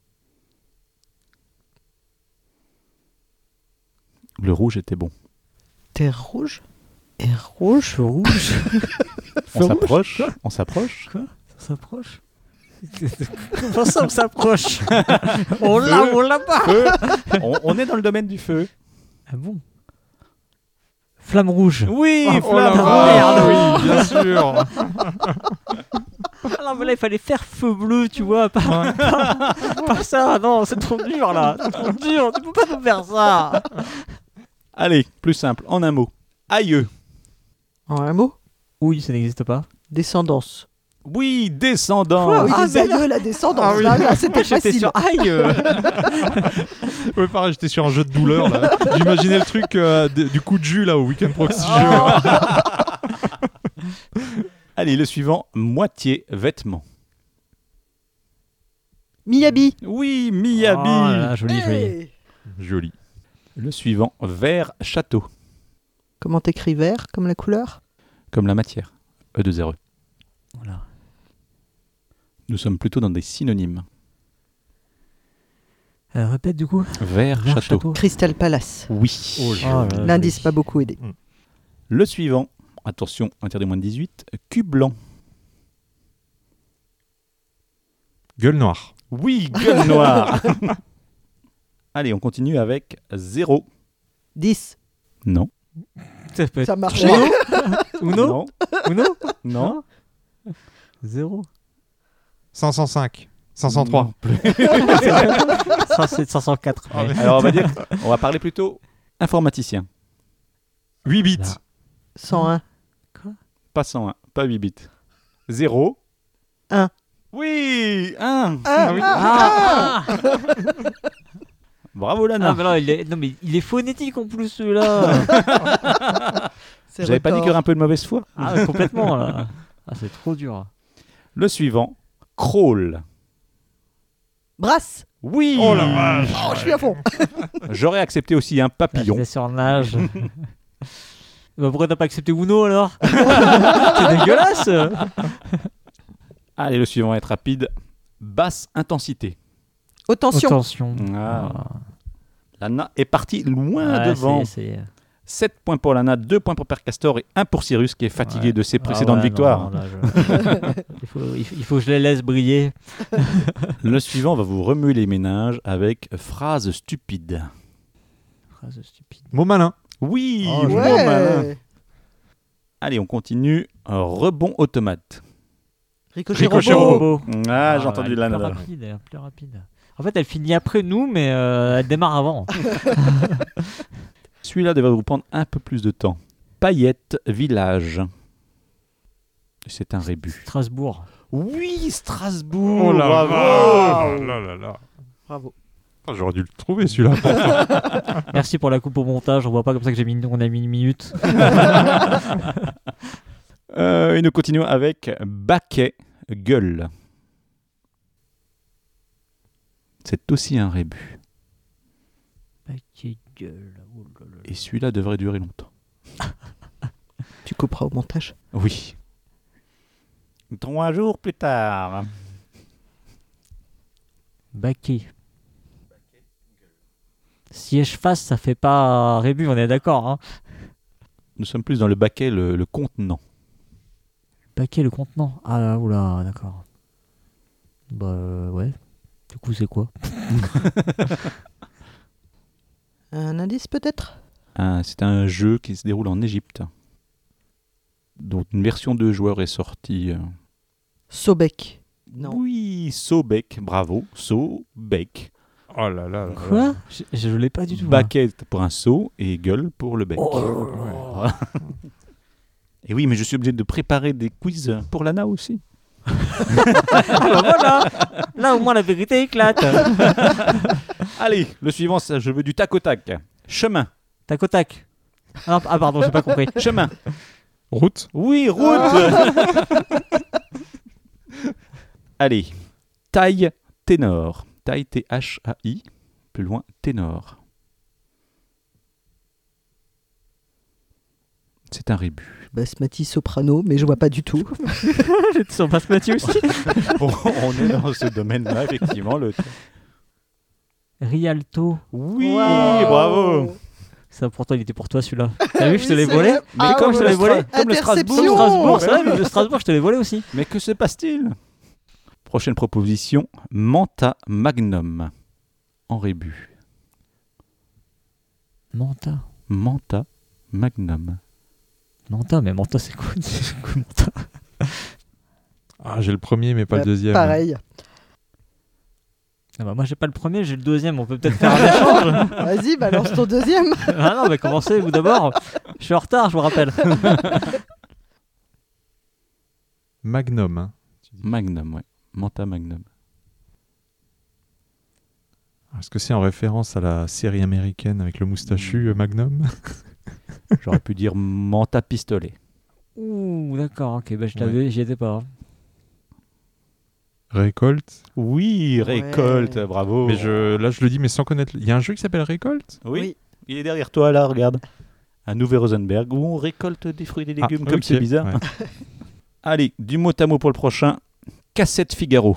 Le rouge était bon. Terre rouge. Air rouge. Feu rouge. On s'approche. On s'approche. Ça s'approche. Comment ça, on s'approche? On l'a ou on l'a pas? Feu. On, on est dans le domaine du feu. Ah bon? Flamme rouge. Oui, Oh la flamme vache, rouge. oui, bien sûr. Ah non, mais là, il fallait faire feu bleu, tu vois. Pas, pas, pas ça, non, c'est trop dur, là. C'est trop dur, tu peux pas nous faire ça. Allez, plus simple, en un mot. Aïeux. En un mot. Oui, ça n'existe pas. Descendance. Oui, descendant. Ah oui, Ah, les c'est aïeux, la descendance. Ah oui. Là, là, c'était J'étais facile. sur aïe. Ouais, pareil, j'étais sur un jeu de douleur là. J'imaginais le truc euh, d- du coup de jus là au Weekend Proxy Jeux. Allez, le suivant, moitié vêtements. Miyabi. Oui, Miyabi. Oh là là, joli, joli. Hey. Joli. Le suivant, vert château. Comment t'écris vert comme la couleur? Comme la matière. E deux R E. Voilà. Nous sommes plutôt dans des synonymes. Euh, répète du coup. Vert, Vert château. château. Crystal Palace. Oui. Oh, Oh là là, L'indice joli. pas beaucoup aidé. Le suivant, attention, interdit moins de dix-huit, cul blanc. Gueule noire. Oui, gueule noire. Allez, on continue avec zéro. dix. Non. Ça peut être Ça marchait. Uno. Non. Uno. Non. Zéro. cinq cent cinq. cinq cent trois. Non plus. cinq cent sept, cinq cent quatre. Ah, mais- mais- Alors, on va dire, on va parler plutôt informaticien. huit bits. Là. cent un. Pas cent un, pas huit bits. zéro. Un. Oui, un. Ah, oui. ah, ah. Bravo Lana. Ah, mais non, il est... non, mais il est phonétique en plus celui-là. C'est J'avais pas dit qu'il y record. aurait un peu de mauvaise foi. Ah, ouais, complètement là. Ah, c'est trop dur. Le suivant, crawl. Brasse. Oui. Oh la vache. Oh, je suis à fond. J'aurais accepté aussi un papillon. La sur nage. Bah, pourquoi t'as pas accepté Uno alors? C'est dégueulasse. Allez, le suivant va être rapide. Basse intensité. Haute tension. Attention. Ah. Lana est partie loin Ouais, devant. c'est- c'est- sept points pour Lana, deux points pour Père Castor et un pour Cyrus qui est fatigué Ouais. de ses Ah précédentes ouais, victoires. non, là, je- il, faut, il faut- il faut que je les laisse briller. Le suivant va vous remuer les méninges avec phrase stupide. Phrase stupide. Mot malin. Oui, Oh, bon malin. Ouais. Allez, on continue. Un rebond automate. Ricochet, Ricochet robot. robot. Ah, j'ai Ah, entendu elle est Lana. plus là. rapide, elle est plus rapide. En fait, elle finit après nous, mais euh, elle démarre avant. Celui-là devrait vous prendre un peu plus de temps. Paillette Village. C'est un rébut. Strasbourg. Oui, Strasbourg. Oh la bravo. vache. Oh là là là. Bravo. Ah, j'aurais dû le trouver celui-là. Merci pour la coupe au montage. On voit pas comme ça que j'ai mis, on a mis une minute. Euh, et nous continuons avec Baquet Gueule. C'est aussi un rébut. Paquet gueule. Oh là là. Et celui-là devrait durer longtemps. Tu couperas au montage. Oui. Trois jours plus tard. Baquet. Siège face, ça fait pas rébut, on est d'accord. Hein. Nous sommes plus dans le baquet, le, le contenant. Baquet, le contenant. Ah, oula, d'accord. Bah, euh, ouais. Du coup, c'est quoi? Un indice peut-être? Ah, c'est un jeu qui se déroule en Égypte. dont une version de joueur est sortie. euh. Sobek. Non. Oui, Sobek, bravo, Sobek. Oh là là. là Quoi? là. Je, je l'ai pas du tout. Baquet pour un seau et gueule pour le bec. Oh. Voilà. Et oui, mais je suis obligé de préparer des quiz pour Lana aussi. Ah, voilà. Là, au moins, la vérité éclate. Allez, le suivant, ça, je veux du tac au tac. Chemin, Tac au tac. Ah, ah, pardon, j'ai pas compris. chemin. Route. Oui, route. Allez, taille ténor. Taille T H A I, plus loin ténor. C'est un rébut. Basmati soprano, mais je vois pas du tout. J'étais sur Basmati aussi. Bon, on est dans ce domaine-là, effectivement. Le... Rialto. Oui, Wow. bravo. Ça, pourtant, il était pour toi celui-là. T'as vu que je te l'ai Oui, c'est volé vrai. Mais Ah, comme ouais, je te l'ai le volé, Stra- comme le Strasbourg, Interception. Strasbourg, c'est Ouais. vrai, mais le Strasbourg, je te l'ai volé aussi. Mais que se passe-t-il? Prochaine proposition, Manta Magnum. En rébut. Manta. Manta Magnum. Manta, mais Manta, c'est quoi, c'est quoi Manta? Ah, j'ai le premier, mais pas Bah, le deuxième. Pareil. Ah bah, moi, j'ai pas le premier, j'ai le deuxième. On peut peut-être faire un échange. Vas-y, balance ton deuxième. Ah non, mais commencez, vous d'abord. Je suis en retard, je vous rappelle. Magnum. Hein, tu dis. Magnum, ouais. Manta Magnum. Est-ce que c'est en référence à la série américaine avec le moustachu euh, Magnum? J'aurais pu dire Manta Pistolet. Ouh, d'accord, ok, bah, je t'avais, j'y étais pas. Récolte. Oui, Ouais. récolte, bravo. Mais je, là, je le dis, mais sans connaître. Il y a un jeu qui s'appelle Récolte? Oui, Oui. il est derrière toi, là, regarde. Un nouveau Rosenberg où on récolte des fruits et des légumes, Ah, comme ok, c'est bizarre. ouais. Allez, du mot à mot pour le prochain. Cassette Figaro.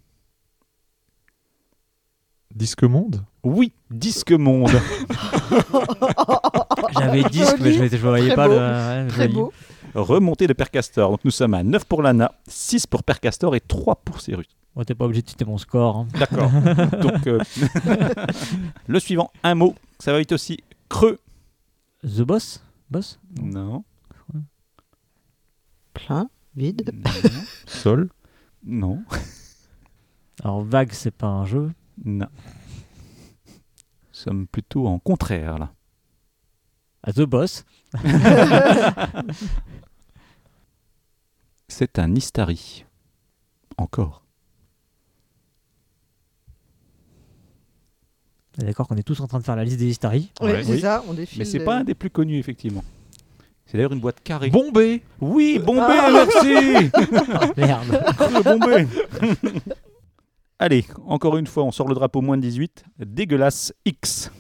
Disque Monde. Oui, Disque Monde. J'avais disque, mais je ne voyais Très pas beau. le. ouais, Très joli. beau. Remontée de Percastor. Donc nous sommes à neuf pour Lana, six pour Percastor et trois pour Cyrus. Bon, t'es pas obligé de citer mon score. hein. D'accord. Donc euh, le suivant, un mot. Ça va être aussi creux. The Boss Boss Non. Plein, vide. Sol. Non. Alors, vague, c'est pas un jeu. Non. Nous sommes plutôt en contraire là. Ah, The Boss. C'est un Istari. Encore. D'accord qu'on est tous en train de faire la liste des Istari. Oui, Ouais. c'est Oui. ça, on défile. Mais c'est le- pas un des plus connus effectivement. C'est d'ailleurs une boîte carrée. Bombay. Oui, Bombay, Ah. merci. Merde. Creux Bombay. Allez, encore une fois, on sort le drapeau moins de dix-huit. Dégueulasse X.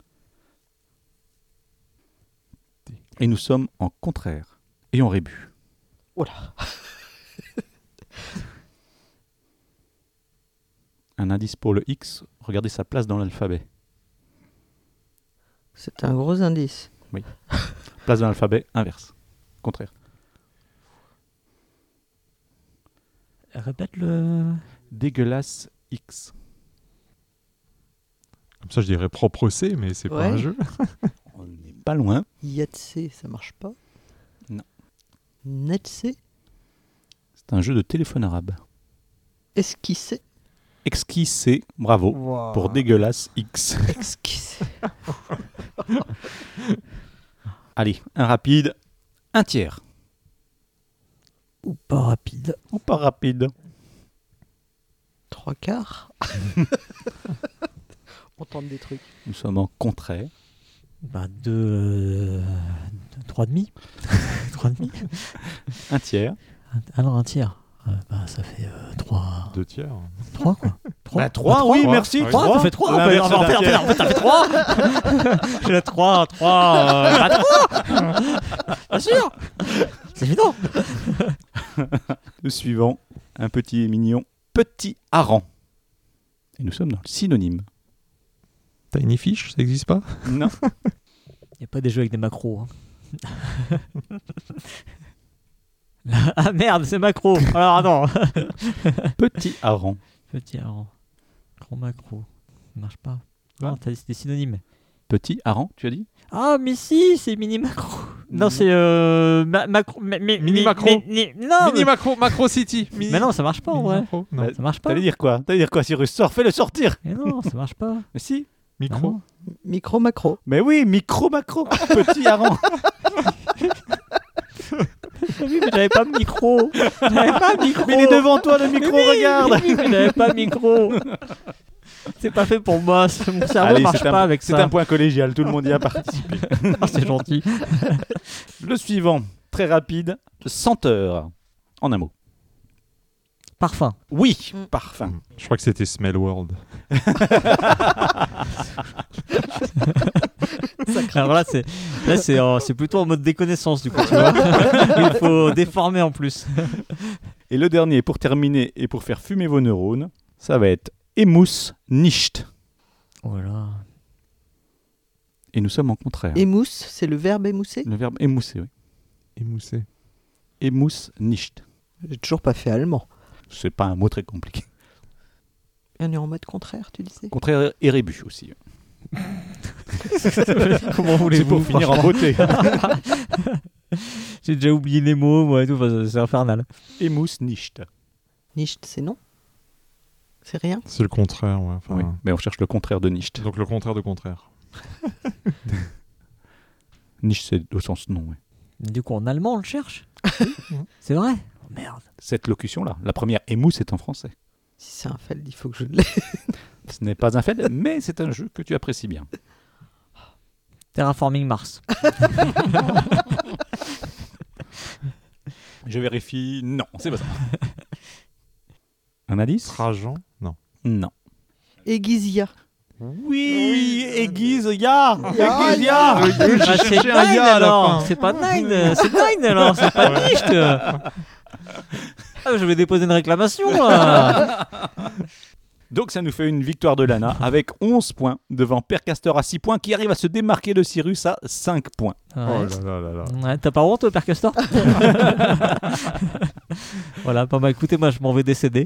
Et nous sommes en contraire et en rébut. Oh là. Un indice pour le X, regardez sa place dans l'alphabet. C'est un gros indice. Place dans l'alphabet, inverse. Contraire. Répète le. Dégueulasse X. Comme ça, je dirais propre C, mais c'est pas Ouais. un jeu. On n'est pas loin. Yatsé, ça marche pas. Non. Netsé, C'est un jeu de téléphone arabe. esquissé. Exquis, bravo. Pour dégueulasse X. Esquissé. Allez, un rapide. Un tiers. Ou pas rapide. Ou pas rapide. Trois quarts. On tente des trucs. Nous sommes en contraire. Bah, deux. euh, deux- Trois demi. Trois demi. Un tiers. Alors, un tiers. Euh, bah, ça fait euh, trois. Deux tiers. Trois, quoi. Trois. Bah, trois, Ah, oui, trois. merci. Ah oui. Trois, ça fait trois. En fait, L'inverse en d'un fait, en fait, tiers. en fait, ça fait trois. J'ai la trois, trois. Euh, bah, trois. Bien sûr. C'est évident. Le suivant, un petit et mignon. Petit hareng. Et nous sommes dans le synonyme. Tiny Fish, ça n'existe pas? Non. Il n'y a pas des jeux avec des macros. hein. Ah merde, c'est macro. Alors attends. Petit hareng. Petit hareng. Grand macro. Ça marche pas. Non, t'as dit c'était synonyme. Petit hareng, tu as dit? Ah mais si, c'est mini macro. Non, c'est euh, ma- macro. ma- mi- Mini mi- macro. mi- mi- non, Mini mais... Macro, Macro City. Mini- mais non, ça marche pas en Mini vrai. Macro, non. Bah, Ça marche pas. T'allais dire quoi? T'allais dire quoi, Cyrus? Sors, fais-le sortir. Mais non, ça marche pas. Mais si. Micro. Micro, macro. Mais oui, micro macro. Petit hareng. Oui, mais j'avais pas de micro. J'avais pas de micro. Mais il est devant toi le micro, Mais oui, regarde. mais oui, mais j'avais pas de micro. C'est pas fait pour moi. Mon cerveau Allez, marche c'est un- pas avec C'est ça. un point collégial, tout le monde y a participé. Ah, c'est gentil. Le suivant, très rapide. Senteur. En un mot. Parfum. Oui, Mm. parfum. Je crois que c'était Smell World. Ça Alors là, c'est, là c'est, en- c'est plutôt en mode déconnaissance, du coup, tu vois. Il faut déformer en plus. Et le dernier, pour terminer et pour faire fumer vos neurones, ça va être Emus nicht. Voilà. Et nous sommes en contraire. Émousse, c'est le verbe émousser. Le verbe émousser, oui. Émoussé. Emus nicht. J'ai toujours pas fait allemand. C'est pas un mot très compliqué. Et on est en mode contraire, tu disais. Contraire et rébus aussi. Comment C'est voulez-vous pour finir en franchement beauté. J'ai déjà oublié les mots, moi et tout, enfin, c'est infernal. Emus nicht. Nicht, c'est non. C'est rien. C'est le contraire, ouais. Enfin, Oui, mais on cherche le contraire de nicht. Donc le contraire de contraire. Nicht, c'est au sens non. Oui. Du coup, en allemand, on le cherche. C'est vrai. Oh, merde. Cette locution-là, la première Emus est en français. Si c'est un feld, il faut que je l'ai. Ce n'est pas un fait, mais c'est un jeu que tu apprécies bien. Terraforming Mars. Je vérifie. Non, c'est pas ça. Un indice? Trajan. Non. Non. Aiguisia. Oui, aiguise, ya Ya, Aiguise, ya. ya Ah, c'est cherché un Nine ya à la alors. fin. C'est pas Nine, c'est Nine alors, c'est pas Nicht. Ah, je vais déposer une réclamation là. Donc ça nous fait une victoire de Lana avec onze points devant Père Castor à six points qui arrive à se démarquer de Cyrus à cinq points. Ouais. Oh là là là là. Ouais, t'as pas honte, Père Castor? Voilà, pas mal. Écoutez, moi je m'en vais décéder.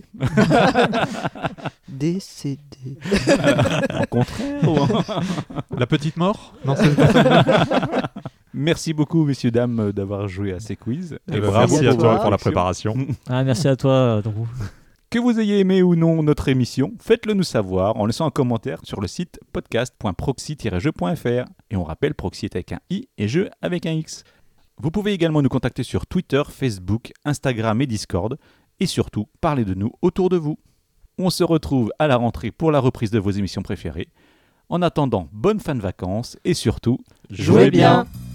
Décédé. En contraire ou en- La petite mort. Non, c'est pas ça. Merci beaucoup, messieurs, dames, d'avoir joué à ces quiz. Eh Et ben, bravo merci à pour toi la pour la réflexion. préparation. Ah, merci à toi, donc. Que vous ayez aimé ou non notre émission, faites-le nous savoir en laissant un commentaire sur le site podcast point proxy tiret jeu point f r. Et on rappelle, Proxy est avec un i et jeu avec un x. Vous pouvez également nous contacter sur Twitter, Facebook, Instagram et Discord. Et surtout, parlez de nous autour de vous. On se retrouve à la rentrée pour la reprise de vos émissions préférées. En attendant, bonne fin de vacances et surtout, Jouez bien.